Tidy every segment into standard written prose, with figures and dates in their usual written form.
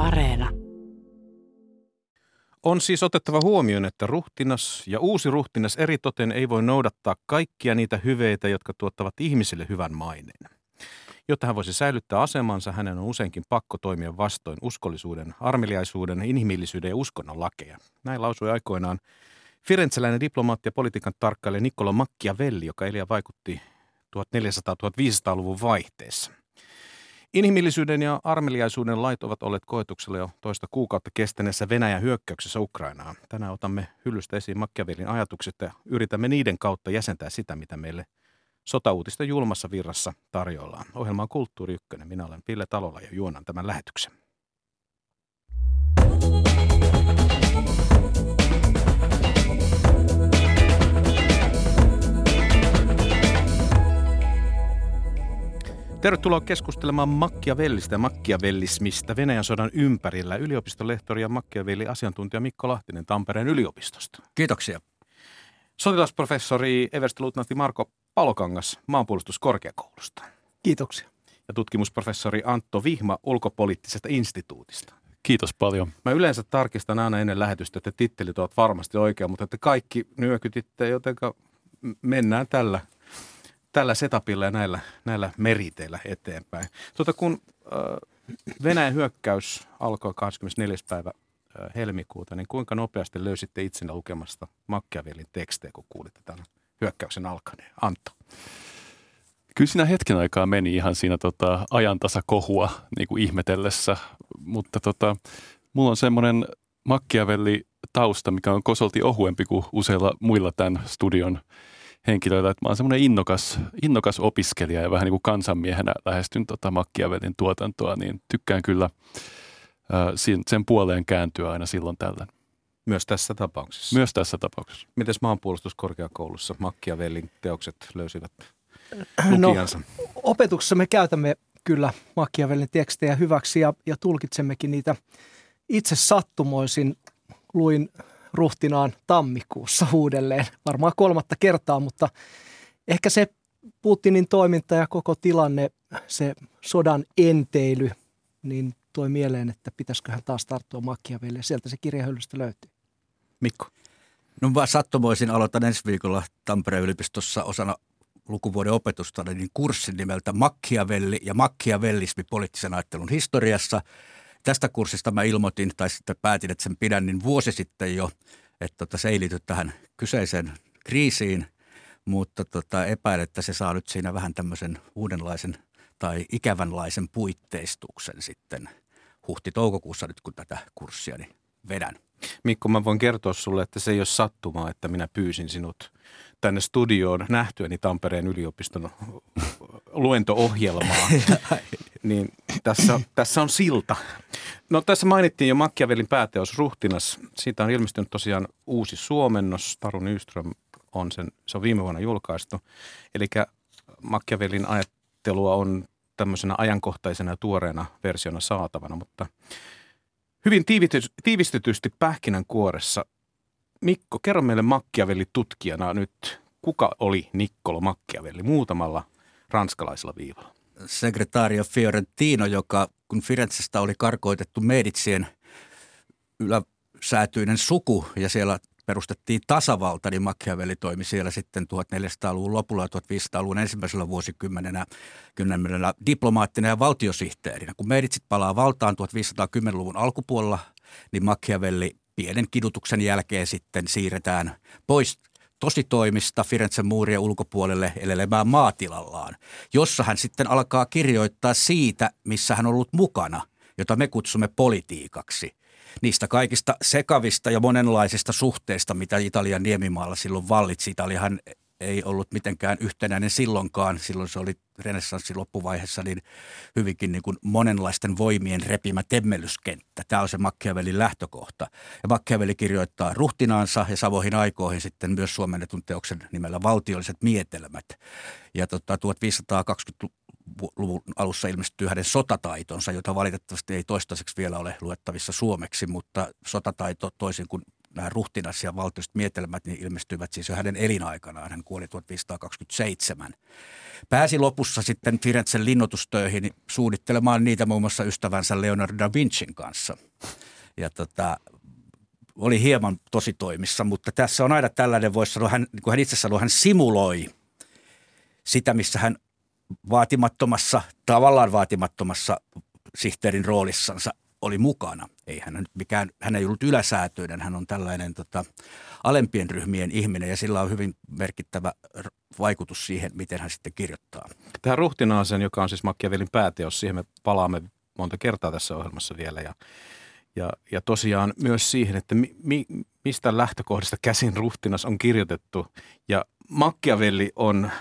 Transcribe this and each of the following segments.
Areena. On siis otettava huomioon, että ruhtinas ja uusi ruhtinas eritoten ei voi noudattaa kaikkia niitä hyveitä, jotka tuottavat ihmisille hyvän maineen. Jotta hän voisi säilyttää asemansa, hänen on useinkin pakko toimia vastoin uskollisuuden, armeliaisuuden, inhimillisyyden ja uskonnon lakeja. Näin lausui aikoinaan firenzeläinen diplomaatti ja politiikan tarkkailija Niccolò Machiavelli, joka eli ja vaikutti 1400-1500-luvun vaihteessa. Inhimillisyyden ja armeliaisuuden lait ovat olleet koetuksella jo toista kuukautta kestäneessä Venäjän hyökkäyksessä Ukrainaan. Tänään otamme hyllystä esiin Machiavellin ajatukset ja yritämme niiden kautta jäsentää sitä, mitä meille sotauutisten julmassa virrassa tarjoillaan. Ohjelma on Kulttuuri Ykkönen. Minä olen Ville Talola ja juonan tämän lähetyksen. Tervetuloa keskustelemaan Machiavellista ja machiavellismista Venäjän sodan ympärillä. Yliopistolehtori ja Machiavelli-asiantuntija Mikko Lahtinen Tampereen yliopistosta. Kiitoksia. Sotilasprofessori everstiluutnantti Marko Palokangas Maanpuolustuskorkeakoulusta. Kiitoksia. Ja tutkimusprofessori Antto Vihma Ulkopoliittisesta instituutista. Kiitos paljon. Mä yleensä tarkistan aina ennen lähetystä, että tittelit ovat varmasti oikein, mutta että kaikki nyökytitte, jotenka mennään tällä setupilla ja näillä meriteillä eteenpäin. Kun Venäjän hyökkäys alkoi 24. päivä helmikuuta, niin kuinka nopeasti löysitte itsenne lukemasta Machiavellin tekstejä, kun kuulitte tämän hyökkäyksen alkaneen? Antto. Kyllä siinä hetken aikaa meni ihan siinä ajantasakohua niin kuin ihmetellessä, mutta mulla on semmoinen Machiavelli-tausta, mikä on kosolti ohuempi kuin useilla muilla tämän studion henkilöillä, että mä oon semmoinen innokas opiskelija ja vähän niin kuin kansanmiehenä lähestyn Machiavellin tuotantoa, niin tykkään kyllä sen puoleen kääntyä aina silloin tällöin. Myös tässä tapauksessa? Myös tässä tapauksessa. Mites Maanpuolustuskorkeakoulussa Machiavellin teokset löysivät lukijansa? No, opetuksessa me käytämme kyllä Machiavellin tekstejä hyväksi ja tulkitsemmekin niitä itse sattumoisin. Luin Ruhtinaan tammikuussa uudelleen, varmaan 3. kertaa, mutta ehkä se Putinin toiminta ja koko tilanne, se sodan enteily, niin toi mieleen, että pitäisiköhän taas tarttua Machiavelliin ja sieltä se kirjahyllystä löytyy. Mikko? No mä sattumoisin aloitan ensi viikolla Tampereen yliopistossa osana lukuvuoden opetusta niin kurssin nimeltä Machiavelli ja machiavellismi poliittisen ajattelun historiassa. Tästä kurssista mä ilmoitin tai sitten päätin, että sen pidän niin vuosi sitten jo, että se ei liity tähän kyseiseen kriisiin, mutta epäilen, että se saa nyt siinä vähän tämmöisen uudenlaisen tai ikävänlaisen puitteistuksen sitten huhti-toukokuussa nyt, kun tätä kurssiani vedän. Mikko, mä voin kertoa sulle, että se ei ole sattumaa, että minä pyysin sinut tänne studioon nähtyäni Tampereen yliopiston luento-ohjelmaa. Niin tässä on silta. No tässä mainittiin jo Machiavellin pääteos Ruhtinas. Siitä on ilmestynyt tosiaan uusi suomennos. Taru Nyström se on viime vuonna julkaistu. Eli Machiavellin ajattelua on tämmöisenä ajankohtaisena ja tuoreena versiona saatavana, mutta hyvin tiivistetysti pähkinänkuoressa. Mikko, kerro meille Machiavelli-tutkijana nyt, kuka oli Niccolò Machiavelli muutamalla ranskalaisella viivalla? Segretario Fiorentino, joka kun Firenzestä oli karkoitettu Medicien yläsäätyinen suku ja siellä perustettiin tasavalta, niin Machiavelli toimi siellä sitten 1400-luvun lopulla ja 1500-luvun ensimmäisellä vuosikymmenellä diplomaattina ja valtiosihteerinä. Kun Medicit palaa valtaan 1510-luvun alkupuolella, niin Machiavelli pienen kidutuksen jälkeen sitten siirretään pois tositoimista Firenzen muurien ulkopuolelle elelemään maatilallaan, jossa hän sitten alkaa kirjoittaa siitä, missä hän on ollut mukana, jota me kutsumme politiikaksi. Niistä kaikista sekavista ja monenlaisista suhteista, mitä Italian niemimaalla silloin vallitsi. Italiahan ei ollut mitenkään yhtenäinen silloinkaan. Silloin se oli renessanssin loppuvaiheessa niin hyvinkin niin kuin monenlaisten voimien repimä temmelyskenttä. Tämä on se Machiavellin lähtökohta. Ja Machiavelli kirjoittaa Ruhtinaansa ja samoihin aikoihin sitten myös suomennetun teoksen nimellä Valtiolliset mietelmät. Ja 1520-luvun alussa ilmestyi hänen sotataitonsa, jota valitettavasti ei toistaiseksi vielä ole luettavissa suomeksi, mutta sotataito toisin kuin nämä ruhtinas- ja valtioiset mietelmät niin ilmestyivät siis jo hänen elinaikanaan. Hän kuoli 1527. Pääsi lopussa sitten Firenzen linnoitustöihin suunnittelemaan niitä muun muassa ystävänsä Leonardo da Vincin kanssa. Ja oli hieman tositoimissa, mutta tässä on aina tällainen, voisi sanoa, niin kuin hän itse sanoi, hän simuloi sitä, missä hän tavallaan vaatimattomassa sihteerin roolissansa oli mukana. Hän ei ollut yläsäätöinen, hän on tällainen alempien ryhmien ihminen ja sillä on hyvin merkittävä vaikutus siihen, miten hän sitten kirjoittaa. Tähän ruhtinaaseen, joka on siis Machiavellin pääteos, siihen me palaamme monta kertaa tässä ohjelmassa vielä ja tosiaan myös siihen, että mistä lähtökohdista käsin ruhtinas on kirjoitettu ja Machiavelli on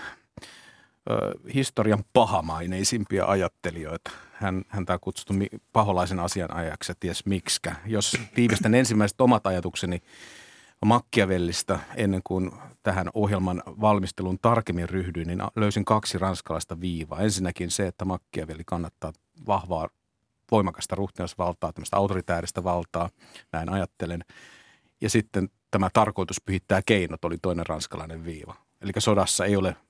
historian pahamaineisimpia ajattelijoita. Häntä on kutsuttu paholaisen asianajaksi ja ties miksikä. Jos tiivistän ensimmäiset omat ajatukseni Machiavellista ennen kuin tähän ohjelman valmisteluun tarkemmin ryhdyin, niin löysin 2 ranskalaista viivaa. Ensinnäkin se, että Machiavelli kannattaa vahvaa, voimakasta ruhtinasvaltaa, tämmöistä autoritääristä valtaa, näin ajattelen. Ja sitten tämä tarkoitus pyhittää keinot oli toinen ranskalainen viiva. Eli sodassa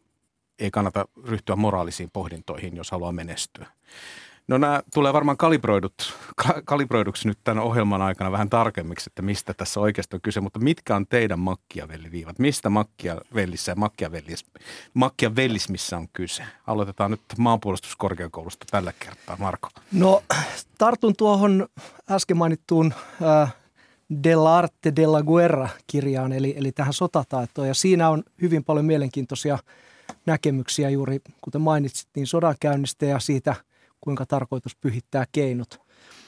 ei kannata ryhtyä moraalisiin pohdintoihin, jos haluaa menestyä. No nämä tulee varmaan kalibroiduksi nyt tämän ohjelman aikana vähän tarkemmiksi, että mistä tässä oikeasti on kyse, mutta mitkä on teidän Machiavelli-viivat? Mistä Machiavellissä ja Machiavellismissa on kyse? Aloitetaan nyt maanpuolustuskorkeakoulusta tällä kertaa, Marko. No tartun tuohon äsken mainittuun Dell'arte della guerra-kirjaan, eli tähän sotataitoon, ja siinä on hyvin paljon mielenkiintoisia näkemyksiä juuri, kuten mainitsit, niin sodankäynnistä ja siitä, kuinka tarkoitus pyhittää keinot.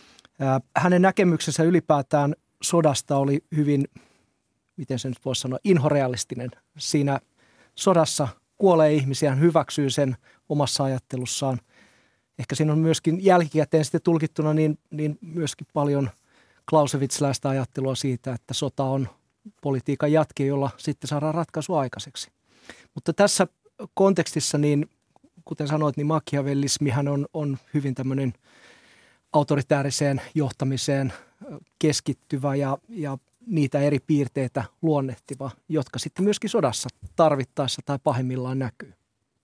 Hänen näkemyksensä ylipäätään sodasta oli hyvin, miten se nyt voisi sanoa, inhorealistinen. Siinä sodassa kuolee ihmisiä, hän hyväksyy sen omassa ajattelussaan. Ehkä siinä on myöskin jälkikäteen sitten tulkittuna niin myöskin paljon clausewitziläistä ajattelua siitä, että sota on politiikan jatke, jolla sitten saadaan ratkaisu aikaiseksi. Mutta tässä kontekstissa, niin kuten sanoit, niin machiavellismihan on hyvin tämmöinen autoritääriseen johtamiseen keskittyvä ja niitä eri piirteitä luonnehtiva, jotka sitten myöskin sodassa tarvittaessa tai pahimmillaan näkyy.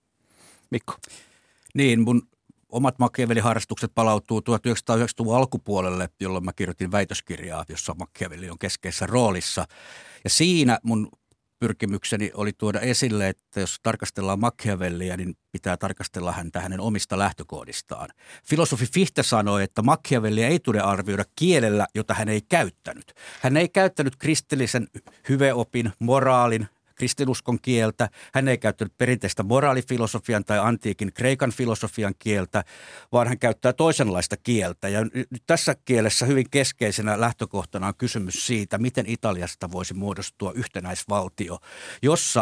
Mikko. Niin, mun omat Machiavelli-harrastukset palautuu 1990-luvun alkupuolelle, jolloin mä kirjoitin väitöskirjaa, jossa Machiavelli on keskeisessä roolissa. Ja siinä mun pyrkimykseni oli tuoda esille, että jos tarkastellaan Machiavellia, niin pitää tarkastella häntä hänen omista lähtökohdistaan. Filosofi Fichte sanoi, että Machiavellia ei tule arvioida kielellä, jota hän ei käyttänyt. Hän ei käyttänyt kristillisen hyveopin, moraalin, kristinuskon kieltä. Hän ei käyttänyt perinteistä moraalifilosofian tai antiikin kreikan filosofian kieltä, vaan hän käyttää toisenlaista kieltä. Ja nyt tässä kielessä hyvin keskeisenä lähtökohtana on kysymys siitä, miten Italiasta voisi muodostua yhtenäisvaltio, jossa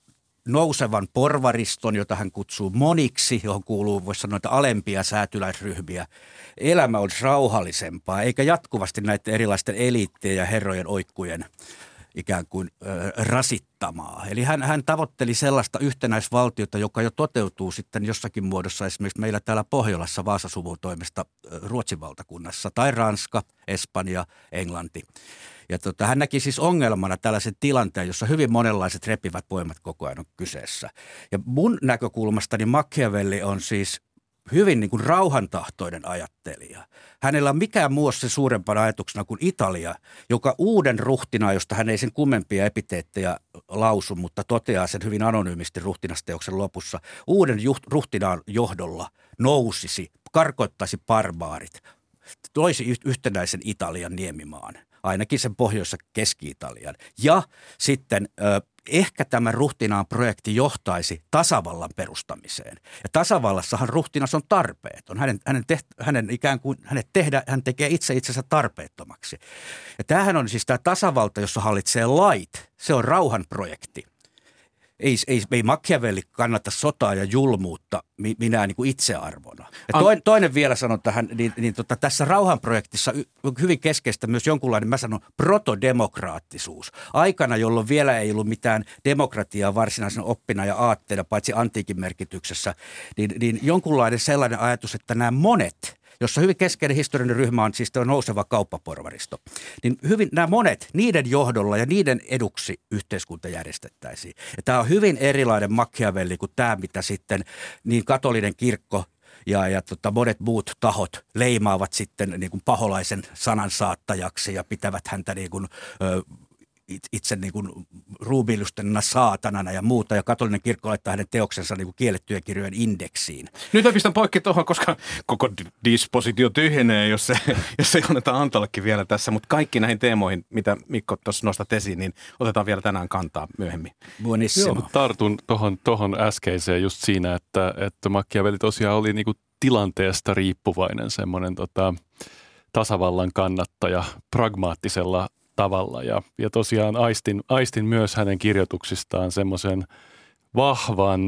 nousevan porvariston, jota hän kutsuu moniksi, johon kuuluu, voisi sanoa, alempia säätyläisryhmiä, elämä olisi rauhallisempaa, eikä jatkuvasti näiden erilaisten eliittien ja herrojen oikkujen ikään kuin rasittamaa. Eli hän tavoitteli sellaista yhtenäisvaltiota, joka jo toteutuu sitten jossakin muodossa esimerkiksi meillä täällä Pohjolassa Vaasa-suvun toimesta Ruotsin valtakunnassa tai Ranska, Espanja, Englanti. Ja hän näki siis ongelmana tällaisen tilanteen, jossa hyvin monenlaiset repivät voimat koko ajan on kyseessä. Ja mun näkökulmastani Machiavelli on siis hyvin niin kuin rauhantahtoinen ajattelija. Hänellä on mikään muu se suurempana ajatuksena kuin Italia, joka uuden ruhtinaan, josta hän ei sen kummempia epiteettejä lausu, mutta toteaa sen hyvin anonyymisti ruhtinasteoksen lopussa, uuden ruhtinaan johdolla nousisi, karkoittaisi barbaarit, toisi yhtenäisen Italian niemimaan, ainakin sen pohjoissa Keski-Italian. Ja sitten ehkä tämä ruhtinaan projekti johtaisi tasavallan perustamiseen. Ja tasavallassahan ruhtinas on tarpeeton. Hän tekee itsensä tarpeettomaksi. Ja tämähän on siis tämä tasavalta, jossa hallitsee lait. Se on rauhanprojekti. Ei Machiavelli kannata sotaa ja julmuutta minä niin kuin itsearvona. Ja toinen vielä sanon tähän, tässä rauhanprojektissa on hyvin keskeistä myös jonkunlainen, mä sanon, protodemokraattisuus. Aikana, jolloin vielä ei ollut mitään demokratiaa varsinaisena oppina ja aatteena, paitsi antiikin merkityksessä, niin jonkunlainen sellainen ajatus, että nämä monet jossa hyvin keskeinen historiallinen ryhmä on siis nouseva kauppaporvaristo, niin hyvin nämä monet, niiden johdolla ja niiden eduksi yhteiskunta järjestettäisiin. Ja tämä on hyvin erilainen Machiavelli kuin tämä, mitä sitten niin katolinen kirkko ja monet muut tahot leimaavat sitten niin kuin paholaisen sanansaattajaksi ja pitävät häntä niin kuin, itse niin kuin ruumiillustena saatanana ja muuta, ja katolinen kirkko laittaa hänen teoksensa niin kuin kiellettyjen kirjojen indeksiin. Nyt mä pistän poikki tuohon, koska koko dispositio tyhjenee, jos ei anneta Antollekin vielä tässä, mutta kaikki näihin teemoihin, mitä Mikko tuossa nostat esiin, niin otetaan vielä tänään kantaa myöhemmin. Buonissimo. Joo, tartun tuohon äskeiseen just siinä, että Machiavelli tosiaan oli niinku tilanteesta riippuvainen semmoinen tasavallan kannattaja pragmaattisella tavalla. Ja tosiaan aistin myös hänen kirjoituksistaan semmoisen vahvan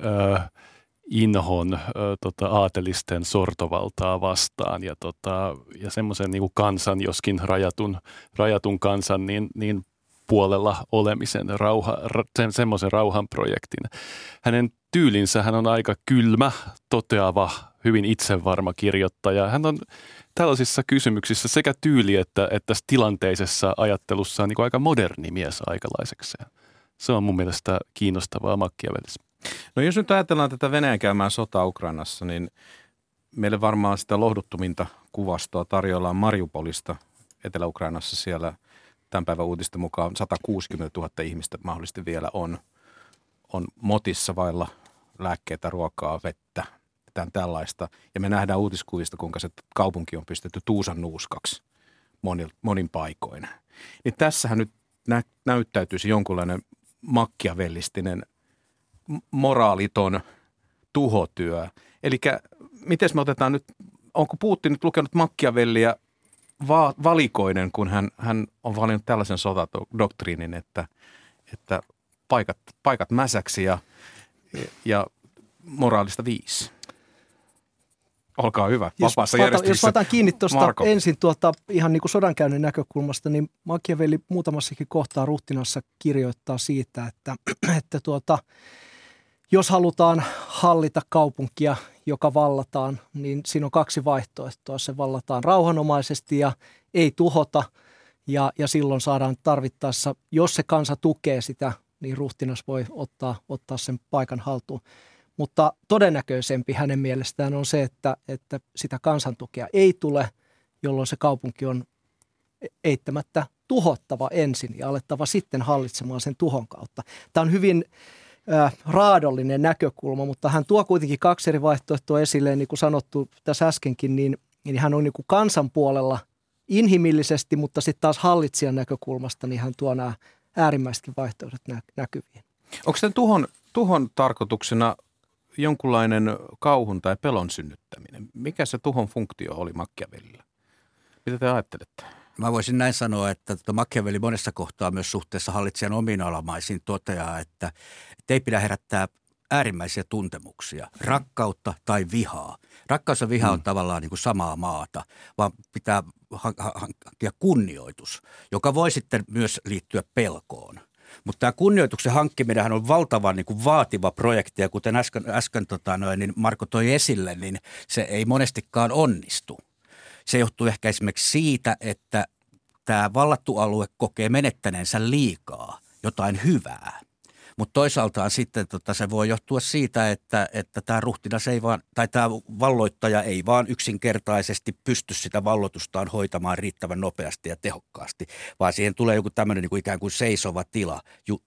inhon aatelisten sortovaltaa vastaan ja semmoisen niin kuin kansan, joskin rajatun kansan, niin puolella olemisen, semmoisen rauhanprojektin. Hänen tyylinsä hän on aika kylmä, toteava, hyvin itsevarma kirjoittaja. Hän on tällaisissa kysymyksissä sekä tyyli että tilanteisessa ajattelussa niin kuin aika moderni mies aikalaisekseen. Se on mun mielestä kiinnostavaa Machiavellissa. No jos nyt ajatellaan tätä Venäjän käymään sotaa Ukrainassa, niin meille varmaan sitä lohduttominta kuvastoa tarjoillaan Mariupolista Etelä-Ukrainassa. Siellä tämän päivän uutisten mukaan 160 000 ihmistä mahdollisesti vielä on motissa vailla lääkkeitä, ruokaa, vettä, tällaista. Ja me nähdään uutiskuvista, kuinka se kaupunki on pistetty tuusan nuuskaksi monin paikoin. Niin tässähän nyt näyttäytyisi jonkunlainen machiavellistinen moraaliton tuhotyö. Eli miten me otetaan nyt, onko Putin nyt lukenut Machiavellia valikoinen, kun hän on valinnut tällaisen sotadoktriinin, että paikat mäsäksi ja moraalista 5. Olkaa hyvä, vapaassa järjestyksessä. Jos otan kiinni tuosta ensin ihan niin kuin sodankäynnin näkökulmasta, niin Machiavelli muutamassakin kohtaa Ruhtinassa kirjoittaa siitä, että jos halutaan hallita kaupunkia, joka vallataan, niin siinä on 2 vaihtoehtoa. Se vallataan rauhanomaisesti ja ei tuhota, ja silloin saadaan tarvittaessa, jos se kansa tukee sitä, niin ruhtinas voi ottaa sen paikan haltuun. Mutta todennäköisempi hänen mielestään on se, että sitä kansantukea ei tule, jolloin se kaupunki on eittämättä tuhottava ensin ja alettava sitten hallitsemaan sen tuhon kautta. Tämä on hyvin raadollinen näkökulma, mutta hän tuo kuitenkin 2 eri vaihtoehtoa esille, niin kuin sanottu tässä äskenkin, niin hän on niin kuin kansan puolella inhimillisesti, mutta sitten taas hallitsijan näkökulmasta, niin hän tuo nämä äärimmäisetkin vaihtoehdot näkyviin. Onko tämän tuhon tarkoituksena jonkunlainen kauhun tai pelon synnyttäminen? Mikä se tuhon funktio oli Machiavellilla? Mitä te ajattelette? Mä voisin näin sanoa, että Machiavelli monessa kohtaa myös suhteessa hallitsijan ominalamaisiin toteaa, että ei pidä herättää äärimmäisiä tuntemuksia, rakkautta tai vihaa. Rakkaus ja viha on tavallaan niin kuin samaa maata, vaan pitää hankkia kunnioitus, joka voi sitten myös liittyä pelkoon. Mutta tämä kunnioituksen hankkiminen on valtavan niin kuin vaativa projekti, ja kuten äsken niin Marko toi esille, niin se ei monestikaan onnistu. Se johtuu ehkä esimerkiksi siitä, että tämä vallattu alue kokee menettäneensä liikaa jotain hyvää. Mutta toisaaltaan sitten se voi johtua siitä, että tämä ruhtinas ei vaan, tai tämä valloittaja ei vaan yksinkertaisesti pysty sitä valloitustaan hoitamaan riittävän nopeasti ja tehokkaasti, vaan siihen tulee joku tämmöinen niin kuin ikään kuin seisova tila,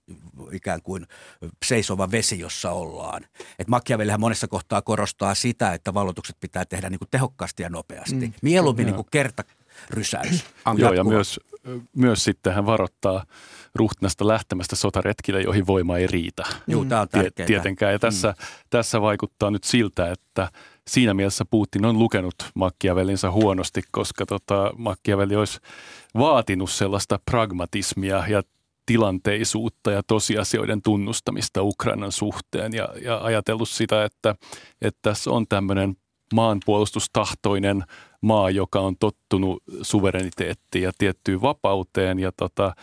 ikään kuin seisova vesi, jossa ollaan. Et Machiavellihan monessa kohtaa korostaa sitä, että valloitukset pitää tehdä niin kuin tehokkaasti ja nopeasti. Mieluummin niin kuin kertarysäys. Joo, ja myös sitten hän varoittaa ruhtinasta lähtemästä sotaretkille, joihin voima ei riitä. Joo, tämä on tärkeää. Tietenkään. Ja tässä vaikuttaa nyt siltä, että siinä mielessä Putin on lukenut Machiavellinsa huonosti, koska Machiavelli olisi vaatinut sellaista pragmatismia ja tilanteisuutta ja tosiasioiden tunnustamista Ukrainan suhteen ja ajatellut sitä, että tässä on tämmöinen maanpuolustustahtoinen maa, joka on tottunut suvereniteettiin ja tiettyyn vapauteen. Ja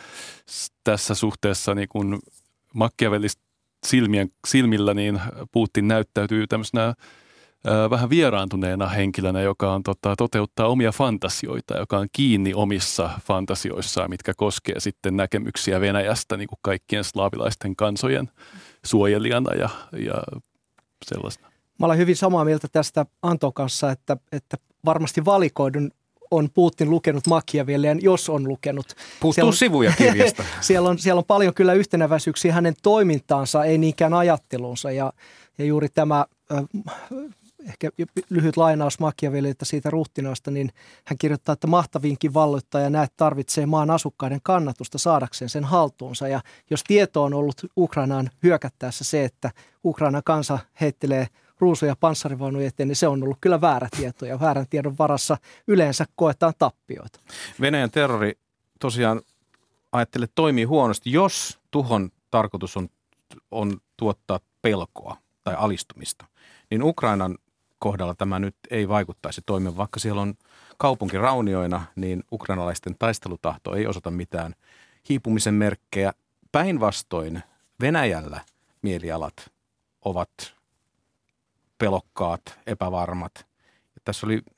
tässä suhteessa niin kun Machiavellin silmillä niin Putin näyttäytyy tämmöisenä vähän vieraantuneena henkilönä, joka on, toteuttaa omia fantasioita, joka on kiinni omissa fantasioissaan, mitkä koskee sitten näkemyksiä Venäjästä niin kuin kaikkien slaavilaisten kansojen suojelijana ja sellaista. Mä olen hyvin samaa mieltä tästä Anton kanssa, että varmasti valikoidun on Putin lukenut Machiavellia, jos on lukenut. Puuttuu sivuja kirjasta. Siellä on paljon kyllä yhtenäväisyyksiä hänen toimintaansa, ei niinkään ajattelunsa. Ja juuri tämä ehkä lyhyt lainaus Machiavellilta siitä ruhtinaasta, niin hän kirjoittaa, että mahtavinkin valloittaja näet tarvitsee maan asukkaiden kannatusta saadakseen sen haltuunsa. Ja jos tieto on ollut Ukrainaan hyökättäessä se, että Ukrainan kansa heittelee ruusuja panssarivaunuja eteen, niin se on ollut kyllä väärä tieto ja väärän tiedon varassa yleensä koetaan tappioita. Venäjän terrori tosiaan ajattelee toimii huonosti, jos tuhon tarkoitus on tuottaa pelkoa tai alistumista, niin Ukrainan kohdalla tämä nyt ei vaikuttaisi toimia. Vaikka siellä on kaupunki raunioina, niin ukrainalaisten taistelutahto ei osoita mitään hiipumisen merkkejä. Päinvastoin Venäjällä mielialat ovat pelokkaat, epävarmat. Ja tässä oli,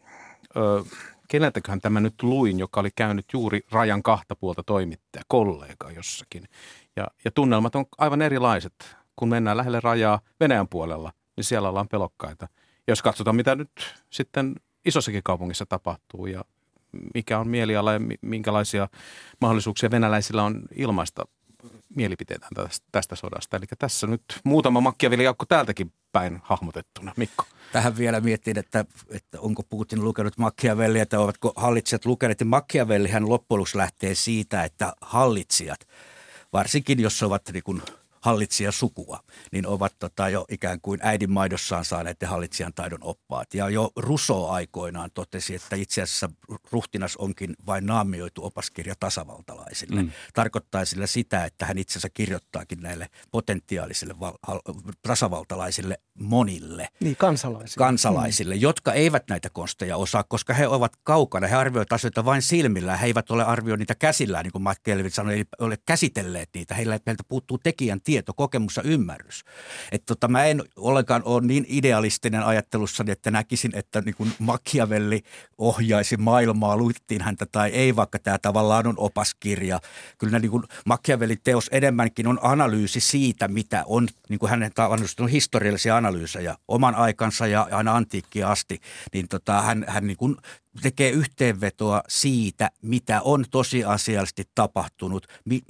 keneltäköhän tämä nyt luin, joka oli käynyt juuri rajan kahta puolta toimittaja, kollega jossakin. Ja tunnelmat on aivan erilaiset. Kun mennään lähelle rajaa Venäjän puolella, niin siellä ollaan pelokkaita. Ja jos katsotaan, mitä nyt sitten isossakin kaupungissa tapahtuu ja mikä on mieliala ja minkälaisia mahdollisuuksia venäläisillä on ilmaista mielipiteitä tästä sodasta. Eli tässä nyt muutama Machiavelli-jaukko täältäkin päin hahmotettuna. Mikko. Tähän vielä miettiin, että onko Putin lukenut Machiavellia tai ovatko hallitsijat lukeneet. Machiavellihän loppujen lopuksi lähtee siitä, että hallitsijat, varsinkin jos ovat niin kuin hallitsijasukua, niin ovat jo ikään kuin äidinmaidossaan saaneet hallitsijan taidon oppaat. Ja jo Rousseau aikoinaan totesi, että itse asiassa ruhtinas onkin vain naamioitu opaskirja tasavaltalaisille. Tarkoittaa sillä sitä, että hän itse asiassa kirjoittaakin näille potentiaalisille tasavaltalaisille monille. Niin, kansalaisille, jotka eivät näitä konsteja osaa, koska he ovat kaukana. He arvioivat asioita vain silmillään. He eivät ole arvioineet niitä käsillään, niin kuin Machiavelli sanoi, ei ole käsitelleet niitä. Heiltä puuttuu tekijän tieto, kokemus ja ymmärrys. Että mä en ollenkaan ole niin idealistinen ajattelussani, että näkisin, että niin kuin Machiavelli ohjaisi maailmaa, luettiin häntä tai ei, vaikka tämä tavallaan on opaskirja. Kyllä niin kuin Machiavellin teos enemmänkin on analyysi siitä, mitä on, niin kuin hänen on historiallisia analyysejä oman aikansa ja aina antiikkiin asti, niin hän niin kuin tekee yhteenvetoa siitä, mitä on tosiasiallisesti tapahtunut,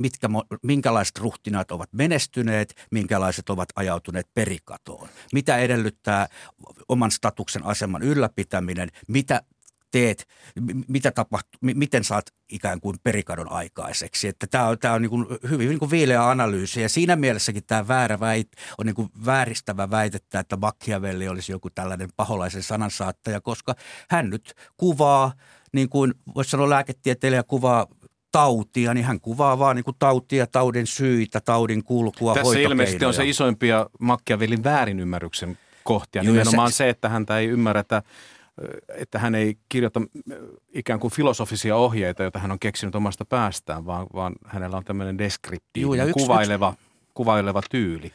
minkälaiset ruhtinaat ovat menestyneet, minkälaiset ovat ajautuneet perikatoon. Mitä edellyttää oman statuksen aseman ylläpitäminen, mitä teet, mitä tapahtuu, miten saat ikään kuin perikadon aikaiseksi. Että tämä on niin kuin hyvin niin kuin viileä analyysi ja siinä mielessäkin tämä väärä on niin kuin vääristävä väitettä, että Machiavelli olisi joku tällainen paholaisen sanansaattaja, koska hän nyt kuvaa, niin kuin voisi sanoa lääketieteilijä kuvaa tautia, niin hän kuvaa vaan niin kuin tautia, taudin syitä, taudin kulkua, tässä hoitokeinoja. Ilmeisesti on se isoimpia Machiavellin väärinymmärryksen kohtia. Nimenomaan se, että häntä ei ymmärretä, että hän ei kirjoita ikään kuin filosofisia ohjeita, joita hän on keksinyt omasta päästään, vaan hänellä on tämmöinen deskriptiivinen, kuvaileva tyyli.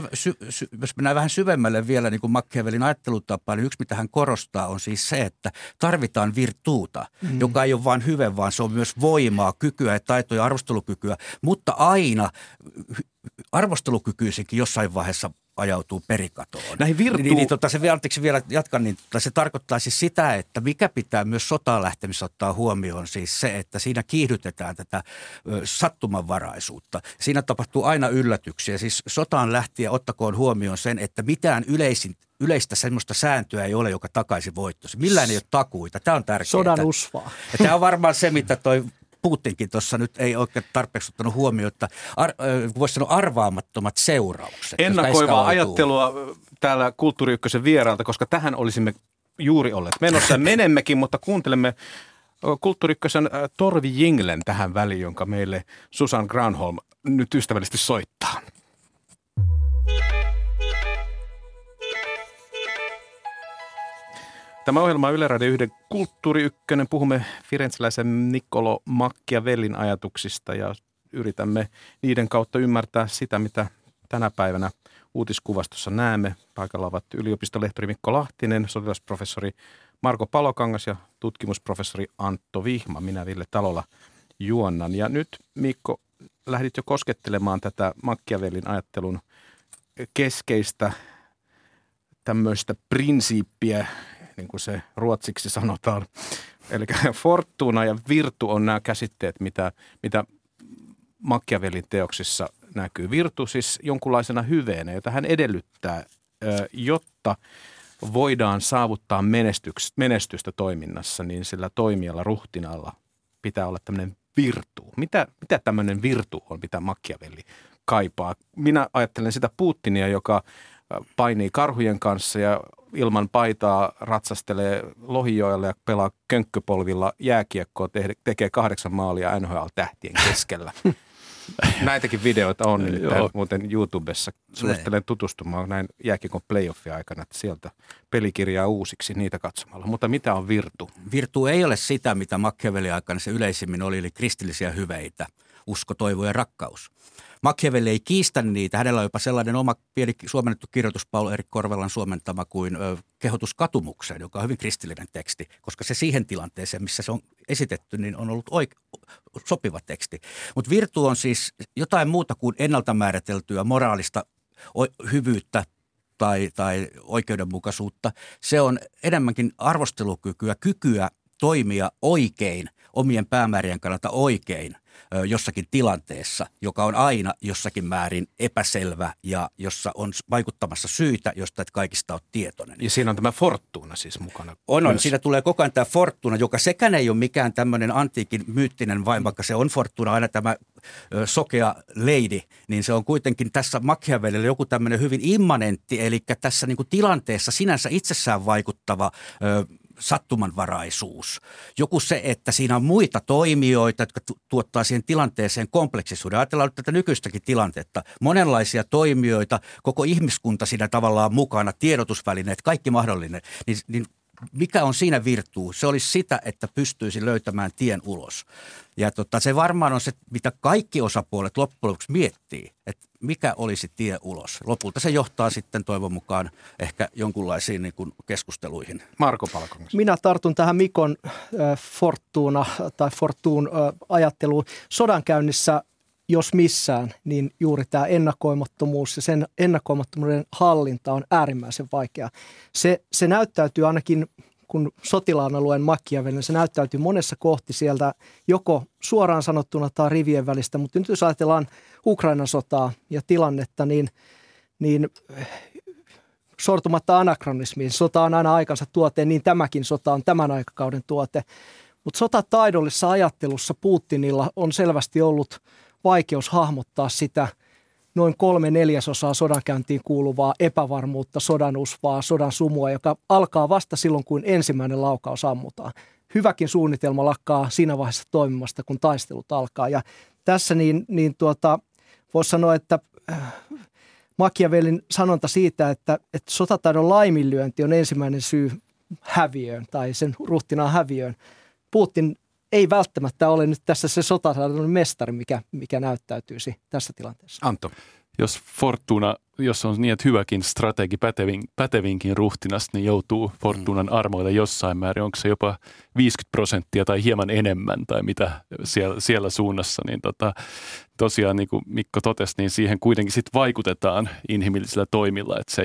Jos mennään vähän syvemmälle vielä niin kuin Machiavellin ajattelutapaan, niin yksi mitä hän korostaa on siis se, että tarvitaan virtuuta, joka ei ole vain hyve, vaan se on myös voimaa, kykyä ja taitoja ja arvostelukykyä, mutta aina arvostelukykyisenkin jossain vaiheessa ajautuu perikatoon. Anteeksi vielä jatkan, niin se tarkoittaa siis sitä, että mikä pitää myös sotaan lähtemisessä ottaa huomioon siis se, että siinä kiihdytetään tätä sattumanvaraisuutta. Siinä tapahtuu aina yllätyksiä. Siis sotaan lähtien ottakoon huomioon sen, että mitään yleistä semmoista sääntöä ei ole, joka takaisi voittosi. Millään ei ole takuita. Tämä on tärkeää. Sodan usvaa. Ja tämä on varmaan se, mitä toi Putinkin tuossa nyt ei oikein tarpeeksi ottanut huomioon, että voisi sanoa arvaamattomat seuraukset. Ennakoivaa ajattelua täällä Kulttuuri Ykkösen vieraalta, koska tähän olisimme juuri olleet menossa. Menemmekin, mutta kuuntelemme Kulttuuri Ykkösen Torvi Jinglen tähän väliin, jonka meille Susan Granholm nyt ystävällisesti soittaa. Tämä ohjelma on Yle Radio 1 Kulttuuri Ykkönen. Puhumme firenzeläisen Niccolo Machiavellin ajatuksista ja yritämme niiden kautta ymmärtää sitä, mitä tänä päivänä uutiskuvastossa näemme. Paikalla ovat yliopistolehtori Mikko Lahtinen, sotilasprofessori Marko Palokangas ja tutkimusprofessori Antto Vihma. Minä Ville Talola juonnan. Ja nyt Mikko, lähdit jo koskettelemaan tätä Machiavellin ajattelun keskeistä tämmöistä prinsiippiä, niin kuin se ruotsiksi sanotaan. Eli fortuna ja virtu on nämä käsitteet, mitä Machiavellin teoksissa näkyy. Virtu siis jonkunlaisena hyveenä, jota hän edellyttää, jotta voidaan saavuttaa menestystä toiminnassa, niin sillä toimijalla, ruhtinaalla pitää olla tämmöinen virtu. Mitä tämmöinen virtu on, mitä Machiavelli kaipaa? Minä ajattelen sitä Putinia, joka painii karhujen kanssa ja ilman paitaa ratsastelee Lohijoella ja pelaa könkköpolvilla jääkiekkoa, tekee 8 maalia NHL-tähtien keskellä. Näitäkin videoita on muuten YouTubessa. Suosittelen tutustumaan näin jääkiekon playoffia aikana, että sieltä pelikirjaa uusiksi niitä katsomalla. Mutta mitä on virtu? Virtu ei ole sitä, mitä Machiavellin aikana se yleisimmin oli, eli kristillisiä hyveitä, usko, toivo ja rakkaus. Machiavelli ei kiistä niitä. Hänellä on jopa sellainen oma pieni suomennettu kirjoitus Paul-Erik Korvelan suomentama kuin Kehotus katumukseen, joka on hyvin kristillinen teksti, koska se siihen tilanteeseen, missä se on esitetty, niin on ollut sopiva teksti. Mutta virtu on siis jotain muuta kuin ennalta määriteltyä moraalista hyvyyttä tai oikeudenmukaisuutta. Se on enemmänkin kykyä toimia oikein, omien päämäärien kannalta oikein jossakin tilanteessa, joka on aina jossakin määrin epäselvä ja jossa on vaikuttamassa syitä, josta et kaikista ole tietoinen. Ja siinä on tämä fortuna siis mukana. On. Siinä tulee koko ajan tämä fortuna, joka sekään ei ole mikään tämmöinen antiikin myyttinen vain, vaikka se on fortuna aina tämä sokea lady, niin se on kuitenkin tässä Machiavellilla joku tämmöinen hyvin immanentti, eli tässä niin kuin tilanteessa sinänsä itsessään vaikuttava sattumanvaraisuus. Joku se, että siinä on muita toimijoita, jotka tuottaa siihen tilanteeseen kompleksisuuden. Ajatellaan nyt tätä nykyistäkin tilannetta. Monenlaisia toimijoita, koko ihmiskunta siinä tavallaan mukana, tiedotusvälineet, kaikki mahdollinen. Niin mikä on siinä virtuu? Se olisi sitä, että pystyisi löytämään tien ulos. Ja se varmaan on se, mitä kaikki osapuolet loppujen lopuksi miettii, että mikä olisi tie ulos. Lopulta se johtaa sitten toivon mukaan ehkä jonkunlaisiin niin kuin keskusteluihin. Marko Palokangas. Minä tartun tähän Mikon fortuun ajatteluun. Sodankäynnissä, jos missään, niin juuri tämä ennakoimattomuus ja sen ennakoimattomuuden hallinta on äärimmäisen vaikeaa. Se näyttäytyy ainakin, kun sotilaana luen Machiavellin, se näyttäytyy monessa kohti sieltä joko suoraan sanottuna tai rivien välistä, mutta nyt jos ajatellaan Ukrainan sotaa ja tilannetta, niin sortumatta anakronismiin, sota on aina aikansa tuote, niin tämäkin sota on tämän aikakauden tuote. Mutta sotataidollisessa ajattelussa Putinilla on selvästi ollut vaikeus hahmottaa sitä noin 3/4 sodankäyntiin kuuluvaa epävarmuutta, sodan usvaa, sodan sumua, joka alkaa vasta silloin, kun ensimmäinen laukaus ammutaan. Hyväkin suunnitelma lakkaa siinä vaiheessa toimimasta, kun taistelut alkaa. Ja tässä voisi sanoa, että Machiavellin sanonta siitä, että sotataidon laiminlyönti on ensimmäinen syy häviöön tai sen ruhtinaan häviöön. Putin ei välttämättä ole nyt tässä se sotataidon mestari, mikä näyttäytyisi tässä tilanteessa. Antto. Jos on niin, että hyväkin strategi, pätevinkin ruhtinas, niin joutuu fortunan armoille jossain määrin. Onko se jopa 50% tai hieman enemmän tai mitä siellä suunnassa. Niin tosiaan, niin kuin Mikko totesi, niin siihen kuitenkin sit vaikutetaan inhimillisillä toimilla. Että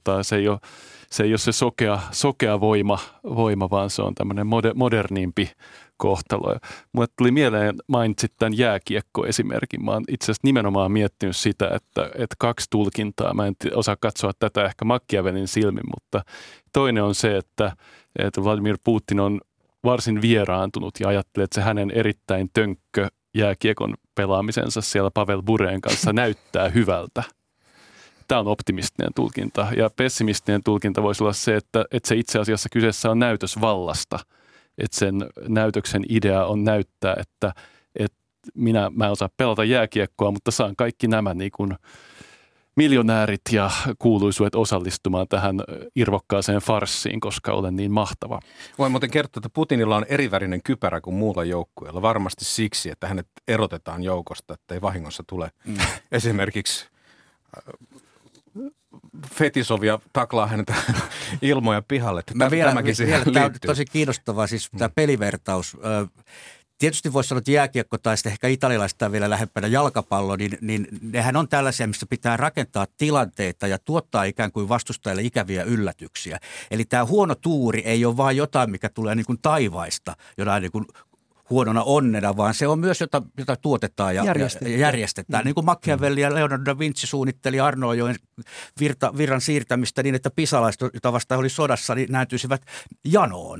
se ei ole se sokea voima, vaan se on tämmöinen modernimpi kohtalo. Mulle tuli mieleen, mainitsit tämän jääkiekko-esimerkin. Mä oon itse asiassa nimenomaan miettinyt sitä, että 2 tulkintaa. Mä en osaa katsoa tätä ehkä Machiavellin silmin, mutta toinen on se, että Vladimir Putin on varsin vieraantunut ja ajattelee, että se hänen erittäin tönkkö jääkiekon pelaamisensa siellä Pavel Bureen kanssa näyttää hyvältä. Tämä on optimistinen tulkinta. Ja pessimistinen tulkinta voisi olla se, että se itse asiassa kyseessä on näytös vallasta. Että sen näytöksen idea on näyttää, että mä en osaa pelata jääkiekkoa, mutta saan kaikki nämä niin kuin miljonäärit ja kuuluisuudet osallistumaan tähän irvokkaaseen farssiin, koska olen niin mahtava. Voin muuten kertoa, että Putinilla on erivärinen kypärä kuin muulla joukkueella. Varmasti siksi, että hänet erotetaan joukosta, että ei vahingossa tule esimerkiksi fetisovia taklaa häntä ilmoja pihalle. Tämä on tosi kiinnostavaa, siis tämä pelivertaus. Tietysti voisi sanoa, että jääkiekko tai sitten ehkä italialaista vielä lähempänä jalkapallo, niin nehän on tällaisia, missä pitää rakentaa tilanteita ja tuottaa ikään kuin vastustajalle ikäviä yllätyksiä. Eli tämä huono tuuri ei ole vain jotain, mikä tulee niin kuin taivaista, jotain niin kuin huonona onnena, vaan se on myös jota tuotetaan ja järjestetään. Niin kuin Machiavelli ja Leonardo da Vinci suunnitteli Arnojoen virran siirtämistä niin, että pisalaiset, joita vastaan oli sodassa, niin näytyisivät janoon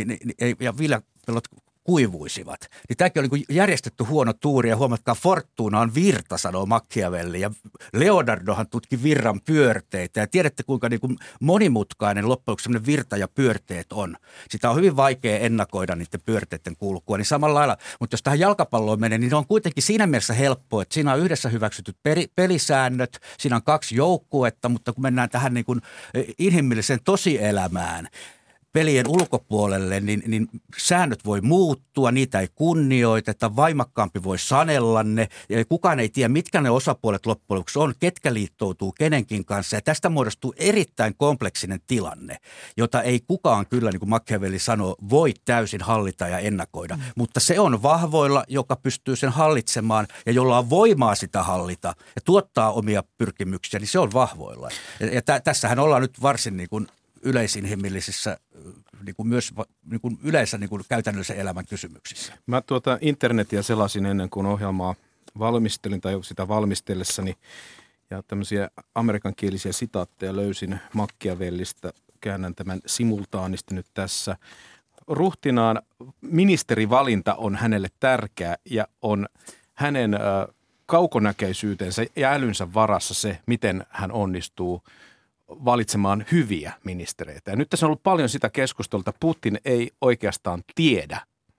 ja viljapellot kuivuisivat. Niin tämäkin oli niin järjestetty huono tuuri ja huomatkaa, Fortuna on virta, sanoo Machiavelli ja Leonardohan tutki virran pyörteitä ja tiedätte kuinka niin kuin monimutkainen loppujen lopuksi virta ja pyörteet on. Sitä on hyvin vaikea ennakoida niiden pyörteiden kulkua, niin samalla lailla, mutta jos tähän jalkapalloon menee, niin ne on kuitenkin siinä mielessä helppoa, että siinä on yhdessä hyväksytyt pelisäännöt, siinä on 2 joukkuetta, mutta kun mennään tähän niin kuin inhimilliseen tosielämään, pelien ulkopuolelle, niin säännöt voi muuttua, niitä ei kunnioiteta, vaimakkaampi voi sanella ne, ja kukaan ei tiedä, mitkä ne osapuolet loppujen lopuksi on, ketkä liittoutuu kenenkin kanssa, ja tästä muodostuu erittäin kompleksinen tilanne, jota ei kukaan kyllä, niin kuin Machiavelli sanoo, voi täysin hallita ja ennakoida, mutta se on vahvoilla, joka pystyy sen hallitsemaan, ja jolla on voimaa sitä hallita, ja tuottaa omia pyrkimyksiä, niin se on vahvoilla. Ja tässähän ollaan nyt varsin niin kuin yleisinhimillisissä, niin kuin myös niin kuin yleensä niin kuin käytännöllisen elämän kysymyksissä. Mä internetiä selasin ennen kuin ohjelmaa valmistelin tai sitä valmistellessani ja tämmöisiä amerikankielisiä sitaatteja löysin Machiavellista. Käännän tämän simultaanisti nyt tässä. Ruhtinaan ministerivalinta on hänelle tärkeä ja on hänen kaukonäköisyytensä ja älynsä varassa se, miten hän onnistuu valitsemaan hyviä ministereitä. Ja nyt tässä on ollut paljon sitä keskustelua, että Putin ei oikeastaan tiedä,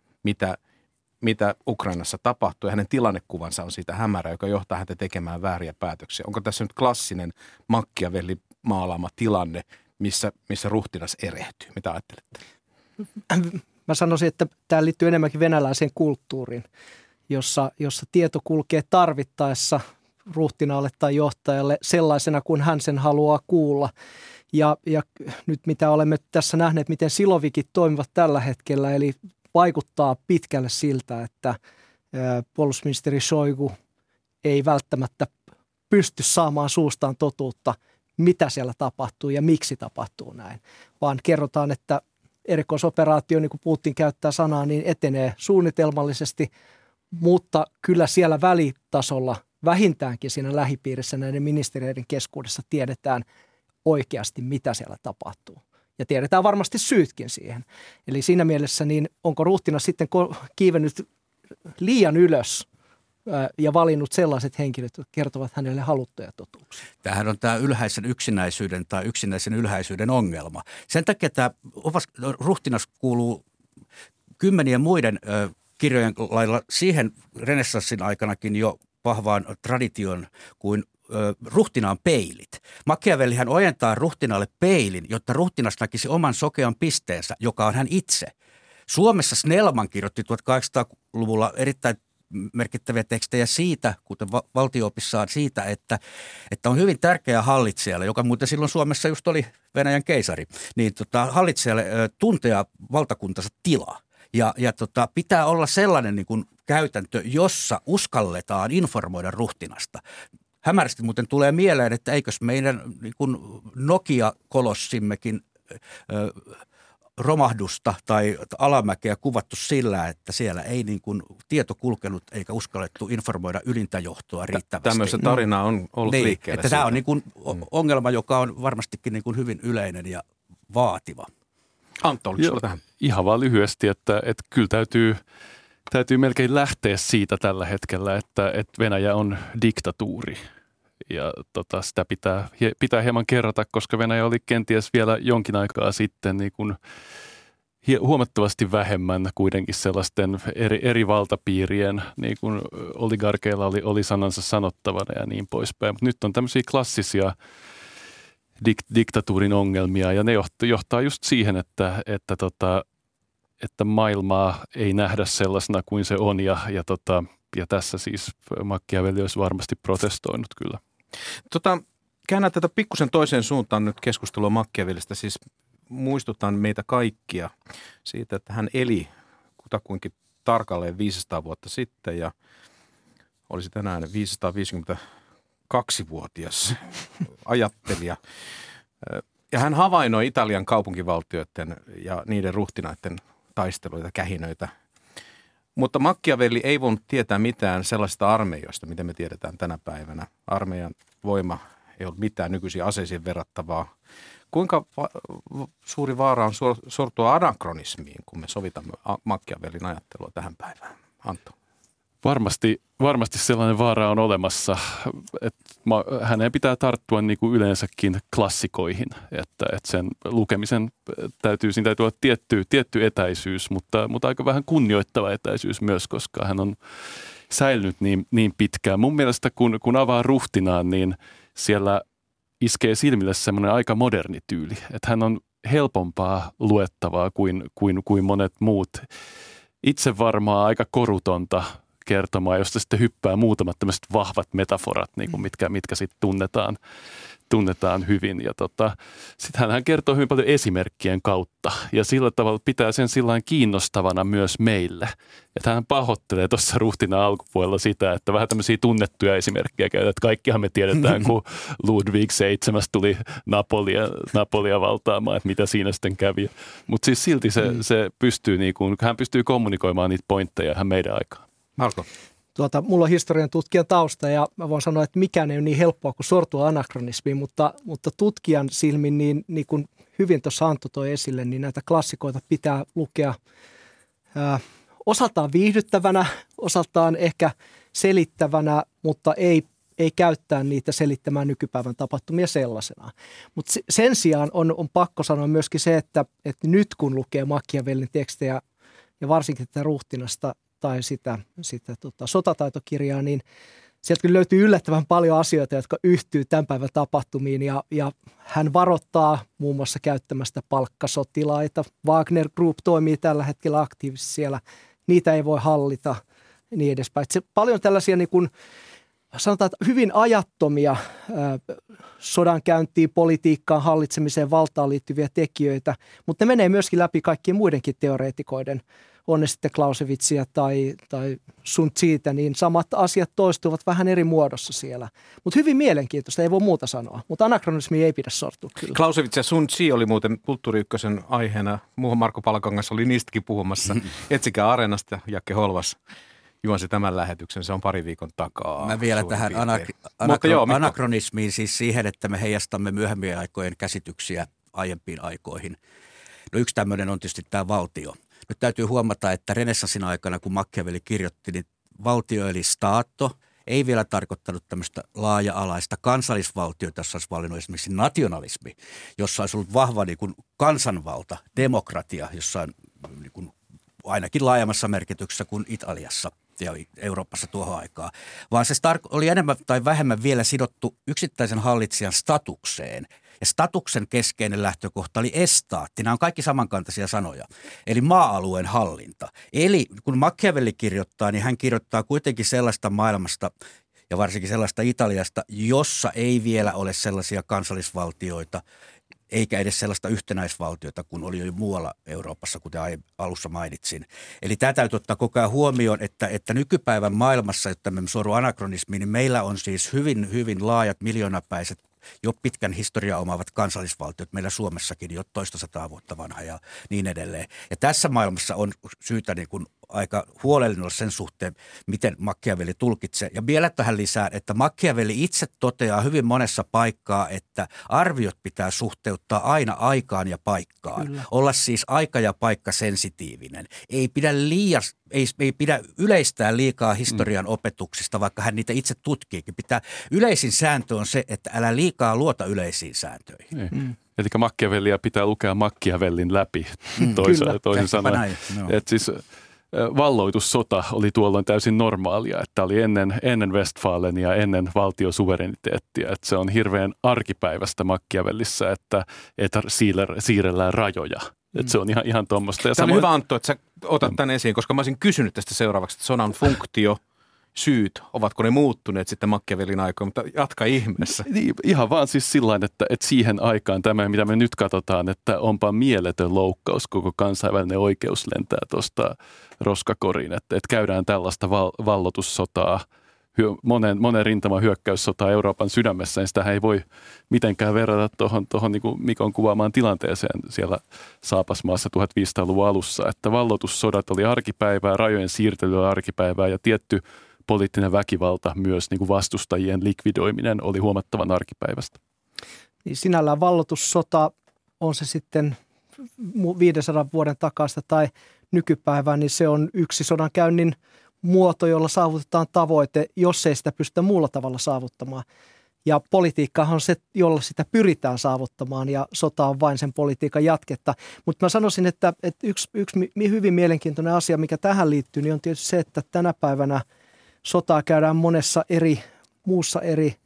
mitä Ukrainassa tapahtuu. Ja hänen tilannekuvansa on siitä hämärä, joka johtaa häntä tekemään vääriä päätöksiä. Onko tässä nyt klassinen Machiavelli maalaama tilanne, missä ruhtinas erehtyy? Mitä ajattelette? Mä sanoisin, että tämä liittyy enemmänkin venäläiseen kulttuuriin, jossa tieto kulkee tarvittaessa ruhtinaalle tai johtajalle sellaisena, kun hän sen haluaa kuulla. Ja nyt mitä olemme tässä nähneet, miten silovikit toimivat tällä hetkellä, eli vaikuttaa pitkälle siltä, että puolustusministeri Šoigu ei välttämättä pysty saamaan suustaan totuutta, mitä siellä tapahtuu ja miksi tapahtuu näin, vaan kerrotaan, että erikoisoperaatio, niin kuin Putin käyttää sanaa, niin etenee suunnitelmallisesti, mutta kyllä siellä välitasolla vähintäänkin siinä lähipiirissä näiden ministeriöiden keskuudessa tiedetään oikeasti, mitä siellä tapahtuu. Ja tiedetään varmasti syytkin siihen. Eli siinä mielessä, niin onko ruhtinas sitten kiivennyt liian ylös ja valinnut sellaiset henkilöt, jotka kertovat hänelle haluttuja totuuksia? Tämähän on tämä ylhäisen yksinäisyyden tai yksinäisen ylhäisyyden ongelma. Sen takia tämä ruhtinas kuuluu kymmenien muiden kirjojen lailla siihen renessanssin aikanakin jo vahvaan tradition kuin ruhtinaan peilit. Machiavellihan ojentaa ruhtinaalle peilin, jotta ruhtinas näkisi oman sokean pisteensä, joka on hän itse. Suomessa Snellman kirjoitti 1800-luvulla erittäin merkittäviä tekstejä siitä, kuten valtio-opissaan siitä, että on hyvin tärkeää hallitsijalle, joka muuten silloin Suomessa just oli Venäjän keisari, niin hallitsijalle tuntea valtakuntansa tilaa. Ja pitää olla sellainen niin kuin käytäntö, jossa uskalletaan informoida ruhtinasta. Hämärästi muuten tulee mieleen, että eikös meidän niin kuin Nokia-kolossimmekin romahdusta tai alamäkeä kuvattu sillä, että siellä ei niin kuin tieto kulkenut eikä uskallettu informoida ylintä johtoa riittävästi. Tämmöistä tarinaa on ollut niin, liikkeellä. Että tämä on niin kuin ongelma, joka on varmastikin niin kuin hyvin yleinen ja vaativa. Antto, oliko sinulla tähän? Ihan vaan lyhyesti, että kyllä täytyy melkein lähteä siitä tällä hetkellä, että Venäjä on diktatuuri. Ja sitä pitää hieman kerrata, koska Venäjä oli kenties vielä jonkin aikaa sitten niin kuin huomattavasti vähemmän kuitenkin sellaisten eri valtapiirien, niin kuin oligarkeilla oli sanansa sanottavana ja niin poispäin. Mutta nyt on tämmöisiä klassisia diktatuurin ongelmia ja ne johtaa just siihen, että maailmaa ei nähdä sellaisena kuin se on ja tässä siis Machiavelli olisi varmasti protestoinut kyllä. käännän tätä pikkusen toiseen suuntaan nyt keskustelua Machiavellista. Siis muistutan meitä kaikkia siitä, että hän eli kutakuinkin tarkalleen 500 vuotta sitten ja olisi tänään 552-vuotias ajattelija. Ja hän havainnoi Italian kaupunkivaltioiden ja niiden ruhtinaiden taisteluita, kähinöitä. Mutta Machiavelli ei voinut tietää mitään sellaisista armeijoista, mitä me tiedetään tänä päivänä. Armeijan voima ei ollut mitään nykyisiin aseisiin verrattavaa. Kuinka suuri vaara on sortua anakronismiin, kun me sovitamme Machiavellin ajattelua tähän päivään? Antto. Varmasti sellainen vaara on olemassa, että hänen pitää tarttua niin kuin yleensäkin klassikoihin, että sen lukemisen siinä täytyy olla tietty etäisyys, mutta aika vähän kunnioittava etäisyys myös, koska hän on säilynyt niin pitkään. Mun mielestä kun avaa Ruhtinaan, niin siellä iskee silmille semmoinen aika moderni tyyli, että hän on helpompaa luettavaa kuin monet muut. Itse varmaan aika korutonta kertomaa, josta sitten hyppää muutamat tämmöiset vahvat metaforat, niin kuin mitkä sitten tunnetaan hyvin. Ja sitten hän kertoo hyvin paljon esimerkkien kautta ja sillä tavalla pitää sen sillain kiinnostavana myös meille. Että hän pahoittelee tuossa Ruhtinaan alkupuolella sitä, että vähän tämmöisiä tunnettuja esimerkkejä käytetään. Että kaikkihan me tiedetään, kun Ludwig VII tuli Napolia valtaamaan, että mitä siinä sitten kävi. Mutta siis silti se pystyy, hän pystyy kommunikoimaan niitä pointteja ihan meidän aikaan. Marko. Mulla on historian tutkijan tausta ja mä voin sanoa, että mikään ei ole niin helppoa kuin sortua anakronismiin, mutta tutkijan silmin niin kuin hyvin tuossa Antto toi esille, niin näitä klassikoita pitää lukea osaltaan viihdyttävänä, osaltaan ehkä selittävänä, mutta ei käyttää niitä selittämään nykypäivän tapahtumia sellaisena. Mutta sen sijaan on pakko sanoa myöskin se, että nyt kun lukee Machiavellin tekstejä ja varsinkin tätä Ruhtinasta, tai sitä sotataitokirjaa, niin sieltä kyllä löytyy yllättävän paljon asioita, jotka yhtyy tämän päivän tapahtumiin. Ja hän varoittaa muun muassa käyttämästä palkkasotilaita. Wagner Group toimii tällä hetkellä aktiivisesti siellä. Niitä ei voi hallita niin edespäin. Se paljon tällaisia niin kuin, sanotaan, että hyvin ajattomia sodankäyntiin, politiikkaan, hallitsemiseen, valtaan liittyviä tekijöitä, mutta ne menee myöskin läpi kaikkien muidenkin teoreetikoiden. On ne sitten Clausewitzia tai Sun Tzuta, niin samat asiat toistuvat vähän eri muodossa siellä. Mutta hyvin mielenkiintoista, ei voi muuta sanoa. Mutta anakronismi ei pidä sortua kyllä. Clausewitz ja Sun Tzu oli muuten Kulttuuri Ykkösen aiheena. Muuhun Marko Palkangas oli niistäkin puhumassa. Etsikää Areenasta, Jakke Holvas juonsi tämän lähetyksen. Se on pari viikon takaa. Mä vielä tähän anakronismiin, siis siihen, että me heijastamme myöhemmien aikojen käsityksiä aiempiin aikoihin. No yksi tämmöinen on tietysti tämä valtio. Nyt täytyy huomata, että renessanssin aikana, kun Machiavelli kirjoitti, niin valtio eli staatto ei vielä tarkoittanut tämmöistä laaja-alaista kansallisvaltiota, jossa olisi valinnut esimerkiksi nationalismi, jossa olisi ollut vahva niin kuin kansanvalta, demokratia, jossain niin kuin ainakin laajemmassa merkityksessä kuin Italiassa ja Euroopassa tuohon aikaan, vaan se oli enemmän tai vähemmän vielä sidottu yksittäisen hallitsijan statukseen. Ja statuksen keskeinen lähtökohta oli estaatti. Nämä on kaikki samankantaisia sanoja. Eli maa-alueen hallinta. Eli kun Machiavelli kirjoittaa, niin hän kirjoittaa kuitenkin sellaista maailmasta ja varsinkin sellaista Italiasta, jossa ei vielä ole sellaisia kansallisvaltioita eikä edes sellaista yhtenäisvaltiota, kun oli jo muualla Euroopassa, kuten alussa mainitsin. Eli tämä täytyy ottaa koko ajan huomioon, että nykypäivän maailmassa, jotta me sorru anakronismiin, niin meillä on siis hyvin, hyvin laajat miljoonapäiset jo pitkän historiaa omaavat kansallisvaltiot, meillä Suomessakin jo toista 100 vuotta vanha ja niin edelleen. Ja tässä maailmassa on syytä niin kuin aika huolellinen olla sen suhteen, miten Machiavelli tulkitsee. Ja vielä tähän lisään, että Machiavelli itse toteaa hyvin monessa paikkaa, että arviot pitää suhteuttaa aina aikaan ja paikkaan. Kyllä. Olla siis aika ja paikka sensitiivinen. Ei pidä yleistää liikaa historian opetuksista, vaikka hän niitä itse tutkiikin. Yleisin sääntö on se, että älä liikaa luota yleisiin sääntöihin. Eli Machiavellia pitää lukea Machiavellin läpi, toisin sanoen. Että siis valloitussota oli tuolloin täysin normaalia, että oli ennen Westfalenia, ennen valtiosuvereniteettia. Että se on hirveän arkipäivästä Machiavellissa, että siirrellään rajoja. Että se on ihan tuommoista. Tämä on hyvä, Antto, että sä otat tämän esiin, koska mä olisin kysynyt tästä seuraavaksi, että sodan funktio syyt, ovatko ne muuttuneet sitten Machiavellin aikaan, mutta jatka ihmeessä. Niin, ihan vaan siis sillain, että siihen aikaan tämä, mitä me nyt katsotaan, että onpa mieletön loukkaus, koko kansainvälinen oikeus lentää tuosta roskakoriin, että käydään tällaista vallotussotaa, monen rintaman hyökkäyssotaa Euroopan sydämessä, niin sitä ei voi mitenkään verrata tuohon niin kuin Mikon kuvaamaan tilanteeseen siellä Saapasmaassa 1500-luvun alussa, että vallotussodat oli arkipäivää, rajojen siirtely oli arkipäivää ja tietty poliittinen väkivalta, myös niin kuin vastustajien likvidoiminen oli huomattavan arkipäivästä. Niin sinällään vallotussota, on se sitten 500 vuoden takaista tai nykypäivää, niin se on yksi sodankäynnin muoto, jolla saavutetaan tavoite, jos ei sitä pystytä muulla tavalla saavuttamaan. Ja politiikkahan on se, jolla sitä pyritään saavuttamaan ja sota on vain sen politiikan jatketta. Mutta mä sanoisin, että yksi hyvin mielenkiintoinen asia, mikä tähän liittyy, niin on tietysti se, että tänä päivänä sotaa käydään monessa muussa eri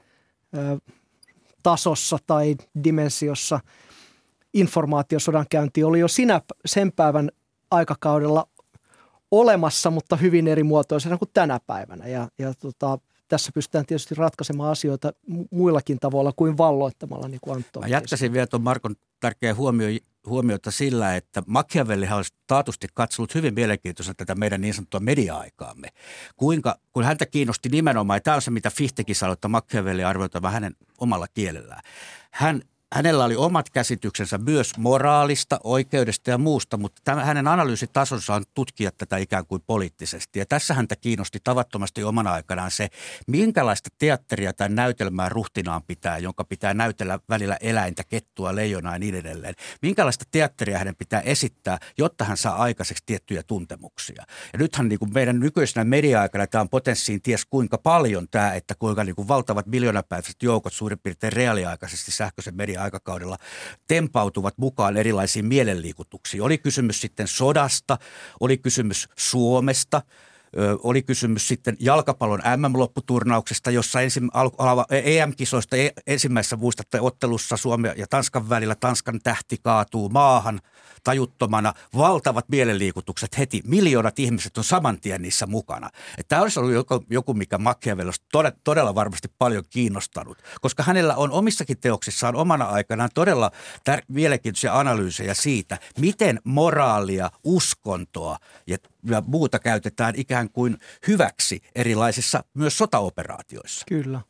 tasossa tai dimensiossa. Informaatiosodankäynti oli jo sen päivän aikakaudella olemassa, mutta hyvin eri muotoisena kuin tänä päivänä. Tässä pystytään tietysti ratkaisemaan asioita muillakin tavoilla kuin valloittamalla, niin kuin Antto. Mä jättäisin vielä tuon Markon tärkeä huomiota sillä, että Machiavellihan olisi taatusti katsonut hyvin mielenkiintoisena tätä meidän niin sanottua media-aikaamme. Kun häntä kiinnosti nimenomaan, ja tämä on se, mitä Fichtekin sanoi, että Machiavelli arvioitava hänen omalla kielellään. Hänellä oli omat käsityksensä myös moraalista, oikeudesta ja muusta, mutta hänen analyysitasonsa on tutkia tätä ikään kuin poliittisesti. Ja tässä häntä kiinnosti tavattomasti omana aikanaan se, minkälaista teatteria tai näytelmää ruhtinaan pitää, jonka pitää näytellä välillä eläintä, kettua, leijonaa ja niin edelleen. Minkälaista teatteria hänen pitää esittää, jotta hän saa aikaiseksi tiettyjä tuntemuksia. Ja nythän niin kuin meidän nykyisenä media-aikana tämä on potenssiin ties kuinka paljon tämä, että kuinka niin kuin valtavat miljoonapäiväiset joukot suurin piirtein reaaliaikaisesti sähköisen median aikakaudella tempautuvat mukaan erilaisiin mielenliikutuksiin. Oli kysymys sitten sodasta, oli kysymys Suomesta, oli kysymys sitten jalkapallon MM-lopputurnauksesta, jossa EM-kisoista ensimmäisessä muistatte ottelussa Suomen ja Tanskan välillä Tanskan tähti kaatuu maahan tajuttomana. Valtavat mielenliikutukset heti. Miljoonat ihmiset on saman tien niissä mukana. Tämä olisi ollut joku mikä Machiavelli olisi todella varmasti paljon kiinnostanut, koska hänellä on omissakin teoksissaan omana aikanaan todella mielenkiintoisia analyysejä siitä, miten moraalia, uskontoa ja muuta käytetään ikään kuin hyväksi erilaisissa myös sotaoperaatioissa. Kyllä.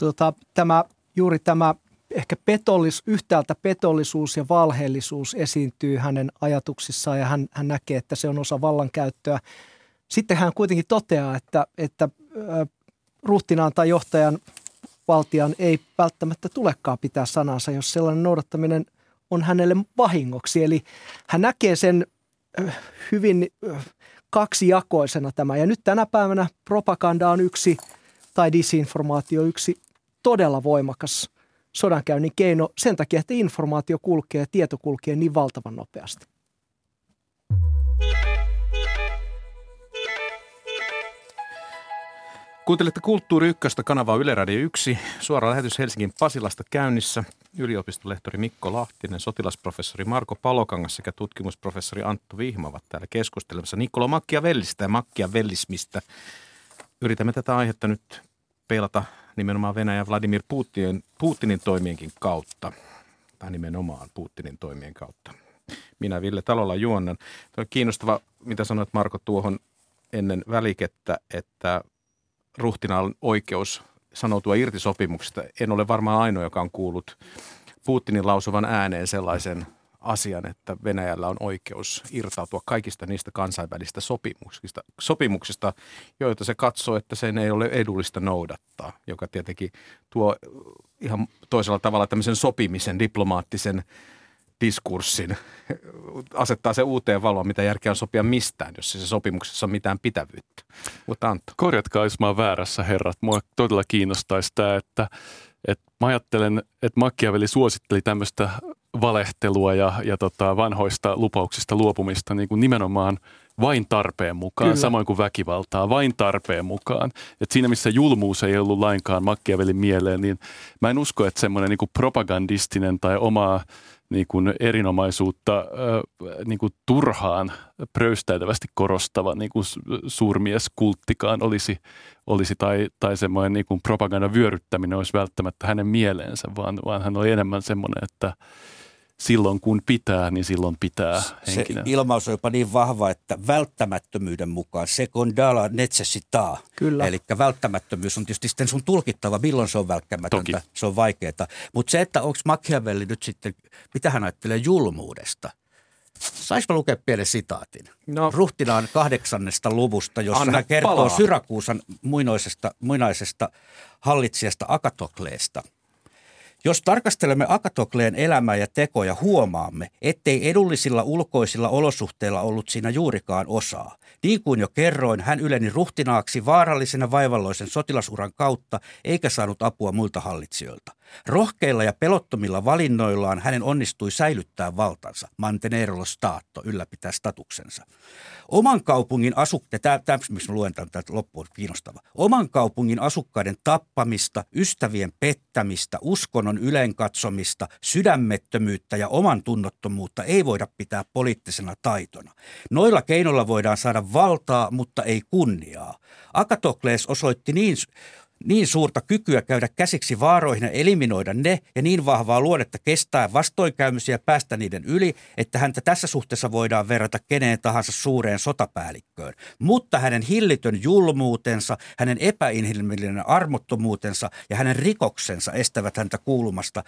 Juuri tämä ehkä yhtäältä petollisuus ja valheellisuus esiintyy hänen ajatuksissaan ja hän näkee, että se on osa vallankäyttöä. Sitten hän kuitenkin toteaa, että ruhtinaan tai johtajan valtian ei välttämättä tulekaan pitää sanansa, jos sellainen noudattaminen on hänelle vahingoksi. Eli hän näkee sen hyvin kaksijakoisena tämä. Ja nyt tänä päivänä propaganda on tai disinformaatio yksi todella voimakas sodankäynnin keino sen takia, että informaatio kulkee ja tieto kulkee niin valtavan nopeasti. Kuuntelette Kulttuuri Ykköstä, kanava Yle Radio 1. Suora lähetys Helsingin Pasilasta käynnissä. Yliopistolehtori Mikko Lahtinen, sotilasprofessori Marko Palokangas sekä tutkimusprofessori Antto Vihma ovat täällä keskustelemassa Niccolo Machiavellista ja machiavellismista. Yritämme tätä aihetta nyt peilata nimenomaan Venäjän Vladimir Putinin toimienkin kautta. Tai nimenomaan Putinin toimien kautta. Minä Ville Talola juonnan. Tuo on kiinnostava, mitä sanoit Marko tuohon ennen välikettä, että ruhtinaan oikeus sanoutua irti sopimuksesta. En ole varmaan ainoa, joka on kuullut Putinin lausuvan ääneen sellaisen asian, että Venäjällä on oikeus irtautua kaikista niistä kansainvälistä sopimuksista, joita se katsoo, että sen ei ole edullista noudattaa, joka tietenkin tuo ihan toisella tavalla tämmöisen sopimisen, diplomaattisen diskurssin, asettaa se uuteen valoon, mitä järkeä on sopia mistään, jos se sopimuksessa on mitään pitävyyttä. Mutta Antto. Korjatkaa, jos mä oon väärässä, herrat. Mua todella kiinnostaisi tämä, että mä ajattelen, että Machiavelli suositteli tämmöistä valehtelua ja vanhoista lupauksista luopumista niin kuin nimenomaan vain tarpeen mukaan, kyllä, samoin kuin väkivaltaa, vain tarpeen mukaan. Et siinä, missä julmuus ei ollut lainkaan Machiavellin mieleen, niin mä en usko, että semmoinen niin kuin propagandistinen tai omaa niin kuin erinomaisuutta niin kuin turhaan pröystäilevästi korostava niin kuin suurmieskulttikaan olisi tai semmoinen niin kuin propagandan vyöryttäminen olisi välttämättä hänen mieleensä, vaan hän oli enemmän semmoinen, että silloin kun pitää, niin silloin pitää henkinen. Se ilmaus on jopa niin vahva, että välttämättömyyden mukaan secondala necessità. Kyllä. Eli välttämättömyys on tietysti sitten sun tulkittava, milloin se on välttämätöntä. Toki. Se on vaikeaa. Mutta se, että onko Machiavelli nyt sitten, mitä hän ajattelee julmuudesta? Saisiko lukea pienen sitaatin? No. Ruhtinaan 8. luvusta, jossa hän kertoo Syrakuusan muinaisesta hallitsijasta Agatokleesta. Jos tarkastelemme Agatokleen elämää ja tekoja, huomaamme, ettei edullisilla ulkoisilla olosuhteilla ollut siinä juurikaan osaa. Niin kuin jo kerroin, hän yleni ruhtinaaksi vaarallisena vaivalloisen sotilasuran kautta, eikä saanut apua muilta hallitsijoilta. Rohkeilla ja pelottomilla valinnoillaan hänen onnistui säilyttää valtansa, mantenere lo stato, ylläpitää statuksensa. Oman kaupungin miksi mä luen tämän loppuun, kiinnostava. Oman kaupungin asukkaiden tappamista, ystävien pettämistä, uskonnon ylenkatsomista, sydämettömyyttä ja oman tunnottomuutta ei voida pitää poliittisena taitona. Noilla keinoilla voidaan saada valtaa, mutta ei kunniaa. Agatokles osoitti niin suurta kykyä käydä käsiksi vaaroihin ja eliminoida ne ja niin vahvaa luonnetta kestää vastoinkäymisiä ja päästä niiden yli, että häntä tässä suhteessa voidaan verrata keneen tahansa suureen sotapäällikköön. Mutta hänen hillitön julmuutensa, hänen epäinhimillinen armottomuutensa ja hänen rikoksensa estävät häntä kuulumasta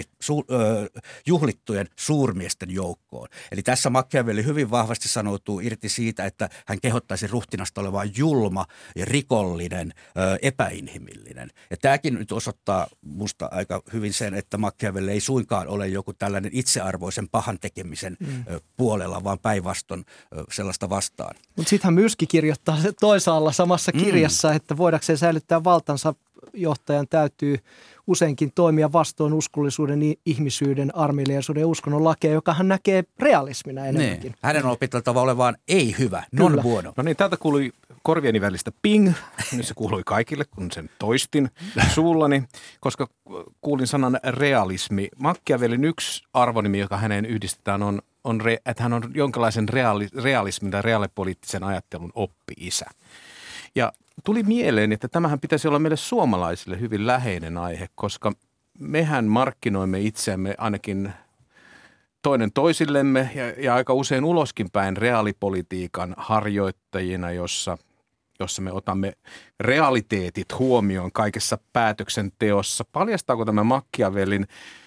juhlittujen suurmiesten joukkoon. Eli tässä Machiavelli hyvin vahvasti sanoutuu irti siitä, että hän kehottaisi ruhtinasta olemaan julma ja rikollinen, epäinhimillinen. Ja tämäkin nyt osoittaa musta aika hyvin sen, että Machiavelli ei suinkaan ole joku tällainen itsearvoisen pahan tekemisen puolella, vaan päinvastoin sellaista vastaan. Mutta sitten hän myöskin kirjoittaa toisaalla samassa kirjassa, että voidakseen säilyttää valtansa johtajan täytyy useinkin toimia vastoin uskollisuuden, ihmisyyden, armeliaisuuden ja uskonnon lakeja, joka hän näkee realismina enemmänkin. Hänen on opiteltava olevaan ei hyvä, non buono. No niin, täältä kuului korvieni välistä ping, niin se kuului kaikille, kun sen toistin suullani, koska kuulin sanan realismi. Machiavellin yksi arvonimi, joka häneen yhdistetään, on että hän on jonkinlaisen realismin tai reaalipoliittisen ajattelun oppi-isä. Ja tuli mieleen, että tämähän pitäisi olla meille suomalaisille hyvin läheinen aihe, koska mehän markkinoimme itseämme ainakin toinen toisillemme ja aika usein uloskin päin reaalipolitiikan harjoittajina, jossa me otamme realiteetit huomioon kaikessa päätöksenteossa. Paljastaako tämä Machiavellin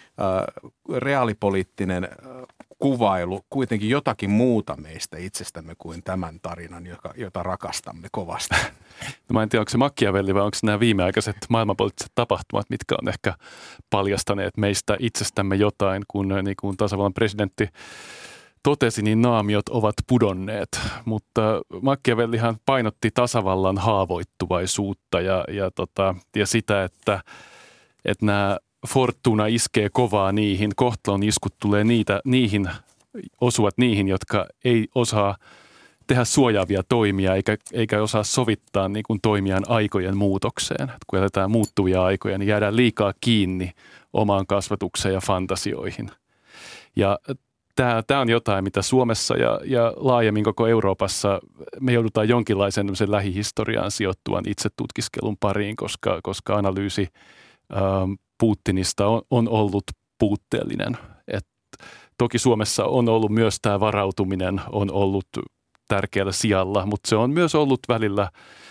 reaalipoliittinen kuvailu kuitenkin jotakin muuta meistä itsestämme kuin tämän tarinan, jota rakastamme kovasti? No mä en tiedä, onko se Machiavelli vai onko se nämä viimeaikaiset maailmanpoliittiset tapahtumat, mitkä on ehkä paljastaneet meistä itsestämme jotain, kun niin kuin tasavallan presidentti totesi, niin naamiot ovat pudonneet, mutta Machiavellihan painotti tasavallan haavoittuvaisuutta ja sitä, että nämä fortuna iskee kovaa niihin, kohtalon iskut tulee osuvat niihin, jotka ei osaa tehdä suojaavia toimia eikä osaa sovittaa niin kuin toimijan aikojen muutokseen. Kun eletään muuttuvia aikoja, niin jäädään liikaa kiinni omaan kasvatukseen ja fantasioihin. Ja tämä on jotain, mitä Suomessa ja laajemmin koko Euroopassa me joudutaan jonkinlaisen lähihistoriaan sijoittuvan itsetutkiskelun pariin, koska analyysi Putinista on ollut puutteellinen. Toki Suomessa on ollut myös tämä varautuminen on ollut tärkeällä sijalla, mutta se on myös ollut välillä,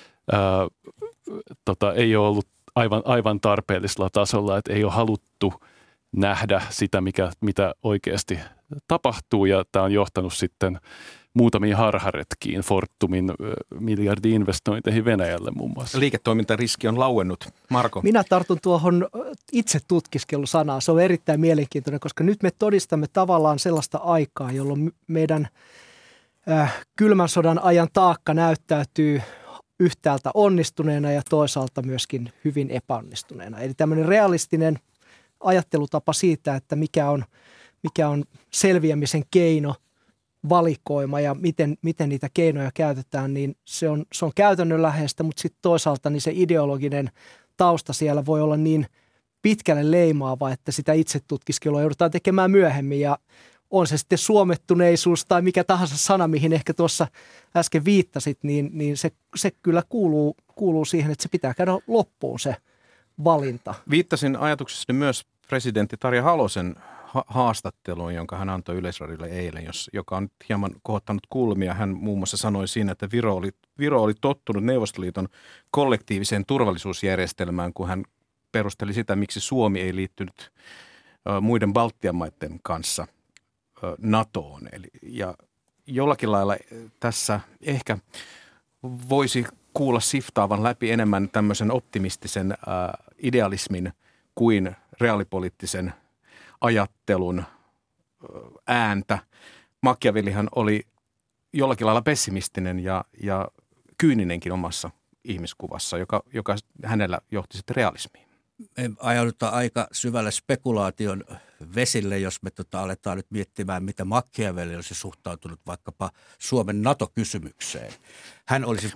ei ole ollut aivan tarpeellisella tasolla, että ei ole haluttu nähdä sitä, mitä oikeasti tapahtuu, ja tämä on johtanut sitten muutamiin harharetkiin Fortumin miljardi-investointeihin Venäjälle muun muassa. Liiketoimintariski on lauennut. Marko? Minä tartun tuohon itse tutkiskelusanaan. Se on erittäin mielenkiintoinen, koska nyt me todistamme tavallaan sellaista aikaa, jolloin meidän kylmän sodan ajan taakka näyttäytyy yhtäältä onnistuneena ja toisaalta myöskin hyvin epäonnistuneena. Eli tämmöinen realistinen ajattelutapa siitä, että mikä on selviämisen keino, valikoima ja miten niitä keinoja käytetään, niin se on käytännönläheistä, mutta sitten toisaalta niin se ideologinen tausta siellä voi olla niin pitkälle leimaava, että sitä itsetutkiskelua joudutaan tekemään myöhemmin ja on se sitten suomettuneisuus tai mikä tahansa sana, mihin ehkä tuossa äsken viittasit, niin se kyllä kuuluu siihen, että se pitää käydä loppuun se valinta. Viittasin ajatuksessani myös presidentti Tarja Halosen haastatteluun, jonka hän antoi Yleisradiolle eilen, joka on hieman kohottanut kulmia. Hän muun muassa sanoi siinä, että Viro oli tottunut Neuvostoliiton kollektiiviseen turvallisuusjärjestelmään, kun hän perusteli sitä, miksi Suomi ei liittynyt muiden Baltian maiden kanssa NATOon. Ja jollakin lailla tässä ehkä voisi kuulla siftaavan läpi enemmän tämmöisen optimistisen idealismin kuin reaalipoliittisen ajattelun ääntä. Machiavellihan oli jollakin lailla pessimistinen ja kyyninenkin omassa ihmiskuvassa, joka hänellä johti sitten realismiin. Me ajaudutaan aika syvälle spekulaation vesille, jos me aletaan nyt miettimään, mitä Machiavelli olisi suhtautunut vaikkapa Suomen NATO-kysymykseen. Hän olisi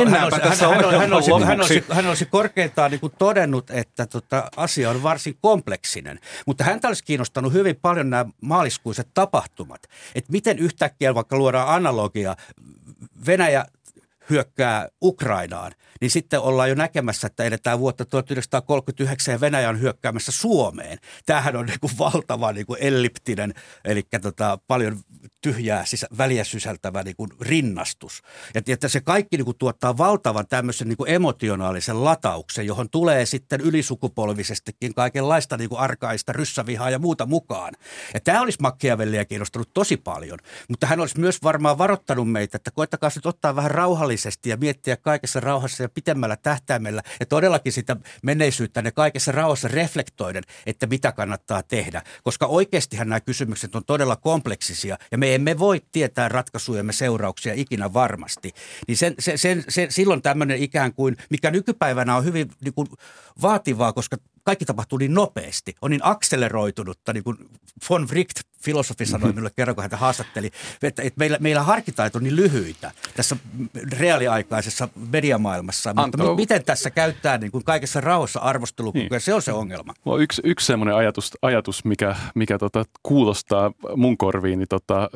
korkeintaan niin kuin todennut, että asia on varsin kompleksinen, mutta häntä olisi kiinnostanut hyvin paljon nämä maaliskuiset tapahtumat, että miten yhtäkkiä vaikka luodaan analogia, Venäjä hyökkää Ukrainaan, niin sitten ollaan jo näkemässä, että edetään vuotta 1939 ja Venäjä on hyökkäämässä Suomeen. Tämähän on niin kuin valtava niin kuin elliptinen, eli paljon tyhjää väliä sysältävä niin kuin rinnastus. Ja että se kaikki niin kuin tuottaa valtavan tämmöisen niin kuin emotionaalisen latauksen, johon tulee sitten ylisukupolvisestikin kaikenlaista niin kuin arkaista ryssävihaa ja muuta mukaan. Ja tämä olisi Machiavellia kiinnostanut tosi paljon, mutta hän olisi myös varmaan varoittanut meitä, että koettakaa nyt ottaa vähän rauhallisesti ja miettiä kaikessa rauhassa ja pitemmällä tähtäimellä ja todellakin sitä menneisyyttä ne kaikessa rauhassa reflektoiden, että mitä kannattaa tehdä. Koska oikeastihan nämä kysymykset on todella kompleksisia ja me emme voi tietää ratkaisujemme seurauksia ikinä varmasti. Niin silloin tämmöinen ikään kuin, mikä nykypäivänä on hyvin niin kuin vaativaa, koska kaikki tapahtuu niin nopeasti, on niin akseleroitunutta, niin kuin von Wright filosofi sanoi minulle kerran, kun häntä haastatteli, että meillä harkitaito on niin lyhyitä tässä reaaliaikaisessa mediamaailmassa, mutta miten tässä käyttää niin kuin kaikessa rauhassa arvostelukykyä, se on se ongelma. Yksi semmoinen ajatus mikä kuulostaa mun korviin, niin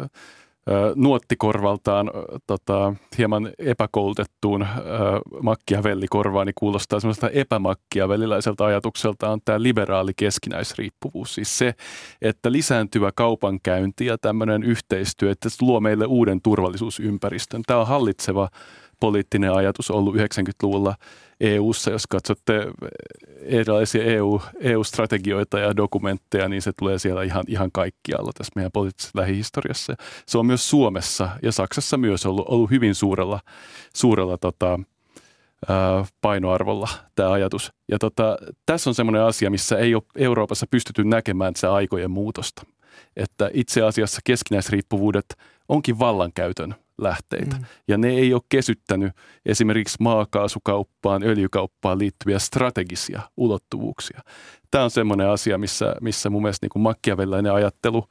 nuottikorvaltaan hieman epäkoulutettuun Machiavelli-korvaan, niin kuulostaa semmoista epämachiavelliläiseltä ajatukselta on tämä liberaali keskinäisriippuvuus. Siis se, että lisääntyvä kaupankäynti ja tämmöinen yhteistyö, että se luo meille uuden turvallisuusympäristön. Tämä on hallitseva poliittinen ajatus ollut 90-luvulla EU:ssa, jos katsotte erilaisia EU-strategioita ja dokumentteja, niin se tulee siellä ihan kaikkialla tässä meidän poliittisessa lähihistoriassa. Se on myös Suomessa ja Saksassa myös ollut hyvin suurella painoarvolla tämä ajatus. Ja tässä on semmoinen asia, missä ei ole Euroopassa pystytty näkemään sitä aikojen muutosta. Että itse asiassa keskinäisriippuvuudet onkin vallankäytön lähteitä. Ja ne ei ole kesyttänyt esimerkiksi maakaasukauppaan, öljykauppaan liittyviä strategisia ulottuvuuksia. Tämä on semmoinen asia, missä mun mielestä niin kuin machiavellilainen ajattelu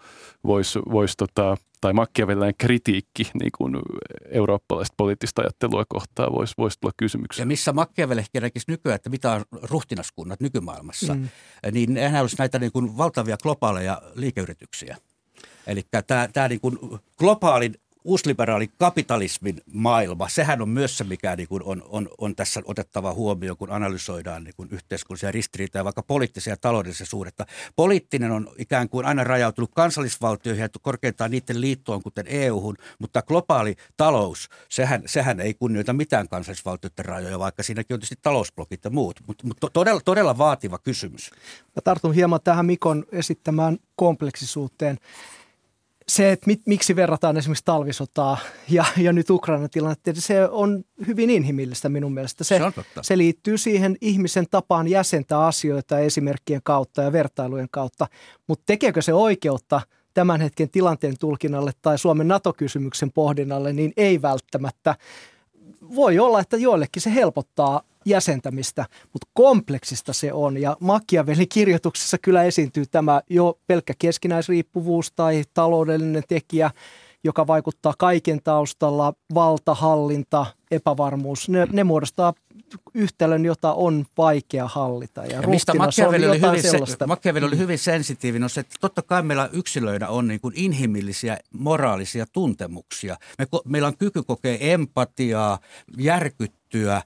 tai machiavellilainen kritiikki niin kuin eurooppalaista poliittista ajattelua kohtaan voisi tulla kysymykseen. Ja missä Machiavelli ehkä näkisi nykyään, että mitä on ruhtinaskunnat nykymaailmassa, niin nehän olisi näitä niin kuin valtavia globaaleja liikeyrityksiä. Eli tämä niin kuin globaalin uusliberaalin kapitalismin maailma, sehän on myös se, mikä niin kuin on tässä otettava huomioon, kun analysoidaan niin kuin yhteiskunnallisia ristiriitoja ja vaikka poliittisia ja taloudellisia suhdetta. Poliittinen on ikään kuin aina rajautunut kansallisvaltioihin ja korkeintaan niiden liittoon, kuten EU-hun, mutta globaali talous, sehän ei kunnioita mitään kansallisvaltioiden rajoja, vaikka siinäkin on tietysti talousblokit ja muut, mutta todella vaativa kysymys. Mä tartun hieman tähän Mikon esittämään kompleksisuuteen. Se, että miksi verrataan esimerkiksi talvisotaa ja nyt Ukrainan tilannetta, se on hyvin inhimillistä minun mielestä. Se liittyy siihen ihmisen tapaan jäsentää asioita esimerkkien kautta ja vertailujen kautta, mutta tekeekö se oikeutta tämän hetken tilanteen tulkinnalle tai Suomen NATO-kysymyksen pohdinnalle, niin ei välttämättä. Voi olla, että joillekin se helpottaa jäsentämistä, mutta kompleksista se on. Ja Machiavellin kirjoituksessa kyllä esiintyy tämä jo pelkkä keskinäisriippuvuus tai taloudellinen tekijä, joka vaikuttaa kaiken taustalla, valta, hallinta, epävarmuus. Ne muodostaa yhtälön, jota on vaikea hallita. Ja mistä Machiavelli oli hyvin hyvin sensitiivinen, on se, että totta kai meillä yksilöinä on niin kuin inhimillisiä, moraalisia tuntemuksia. Meillä on kyky kokea empatiaa, järkyttyä,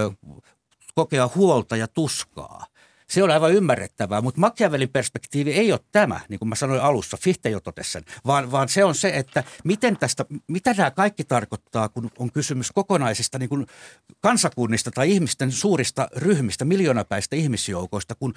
kokea huolta ja tuskaa. Se on aivan ymmärrettävää, mutta Machiavellin perspektiivi ei ole tämä, niin kuin mä sanoin alussa, Fichte jo totesi sen, vaan se on se, että mitä nämä kaikki tarkoittaa, kun on kysymys kokonaisista niin kuin kansakunnista tai ihmisten suurista ryhmistä, miljoonapäistä ihmisjoukoista, kun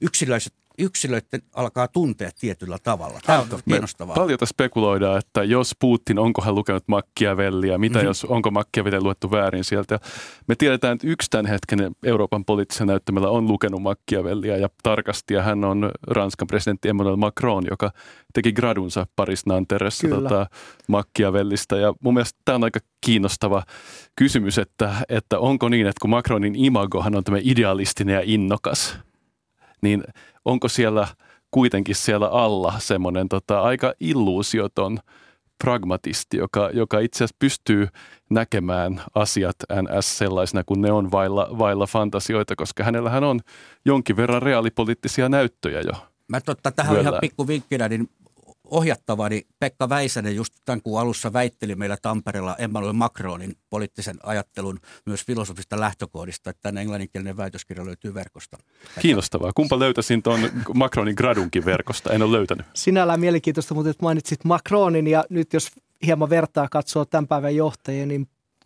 yksilöiden alkaa tuntea tietyllä tavalla. Tämä on kiinnostavaa. Paljon spekuloidaan, että jos Putin, onko hän lukenut Machiavellia, onko Machiavellia luettu väärin sieltä. Me tiedetään, että yksi tämän hetken Euroopan poliittisen näyttämällä on lukenut Machiavellia ja tarkasti, ja hän on Ranskan presidentti Emmanuel Macron, joka teki gradunsa Paris Nanterressa Machiavellista. Ja mun mielestä tämä on aika kiinnostava kysymys, että onko niin, että kun Macronin imagohan on tämä idealistinen ja innokas, niin onko siellä kuitenkin siellä alla semmoinen aika illuusioton pragmatisti, joka itse asiassa pystyy näkemään asiat NS sellaisena kuin ne on vailla fantasioita, koska hänellähän on jonkin verran reaalipoliittisia näyttöjä jo. Mä tähän ihan pikku vinkkinä, niin ohjattavani Pekka Väisänen just tämän kuun alussa väitteli meillä Tampereella Emmanuel Macronin poliittisen ajattelun myös filosofista lähtökohdista, että tämän englanninkielinen väitöskirja löytyy verkosta. Kiinnostavaa. Kumpa löytäisin tuon Macronin gradunkin verkosta? En ole löytänyt. Sinällään mielenkiintoista, mutta että mainitsit Macronin ja nyt jos hieman vertaa katsoo tämän päivän johtajia, niin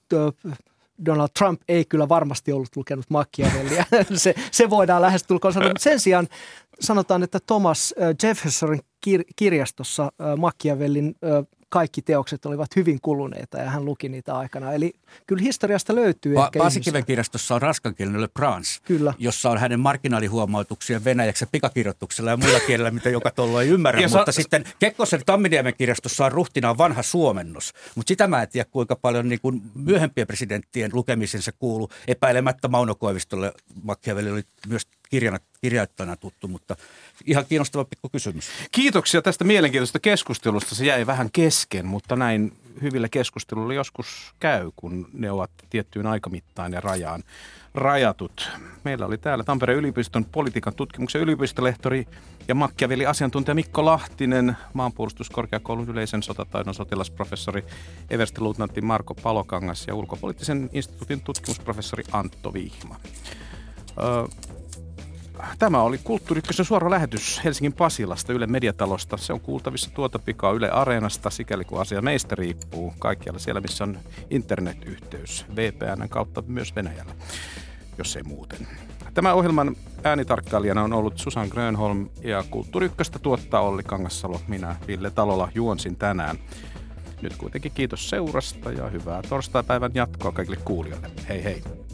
Donald Trump ei kyllä varmasti ollut lukenut Machiavellia. se voidaan lähestulkoon sanoa. Sen sijaan sanotaan, että Thomas Jeffersonin kirjastossa Machiavellin kaikki teokset olivat hyvin kuluneita ja hän luki niitä aikana. Eli kyllä historiasta löytyy ehkä Paasikiven kirjastossa on ranskankielinen Le Prince, jossa on hänen marginaalihuomautuksia venäjäksi ja pikakirjoituksella ja muilla kielillä, mitä joka tollo ei ymmärrä. Mutta sitten Kekkosen Tamminiemen kirjastossa on ruhtinaan vanha suomennos. Mutta sitä mä en tiedä, kuinka paljon niin kuin myöhempien presidenttien lukemisen se kuuluu. Epäilemättä Mauno Koivistolle Machiavelli oli myös kirjoittajana tuttu, mutta ihan kiinnostava pikku kysymys. Kiitoksia tästä mielenkiintoisesta keskustelusta. Se jäi vähän kesken, mutta näin hyvillä keskusteluilla joskus käy, kun ne ovat tiettyyn aikamittaan ja rajaan rajatut. Meillä oli täällä Tampereen yliopiston politiikan tutkimuksen yliopistolehtori ja Machiavelli-asiantuntija Mikko Lahtinen, maanpuolustuskorkeakoulun yleisen sotataidon sotilasprofessori everstiluutnantti Marko Palokangas ja ulkopoliittisen instituutin tutkimusprofessori Antto Vihma. Tämä oli Kulttuuri Ykkösen suora lähetys Helsingin Pasilasta Yle Mediatalosta. Se on kuultavissa tuota pikaa Yle Areenasta, sikäli kun asia meistä riippuu. Kaikkialla siellä, missä on internetyhteys. VPN:n kautta myös Venäjällä, jos ei muuten. Tämän ohjelman äänitarkkailijana on ollut Susan Grönholm ja Kulttuuri Ykköstä tuottaa Olli Kangassalo. Minä, Ville Talola, juonsin tänään. Nyt kuitenkin kiitos seurasta ja hyvää torstaipäivän jatkoa kaikille kuulijoille. Hei hei!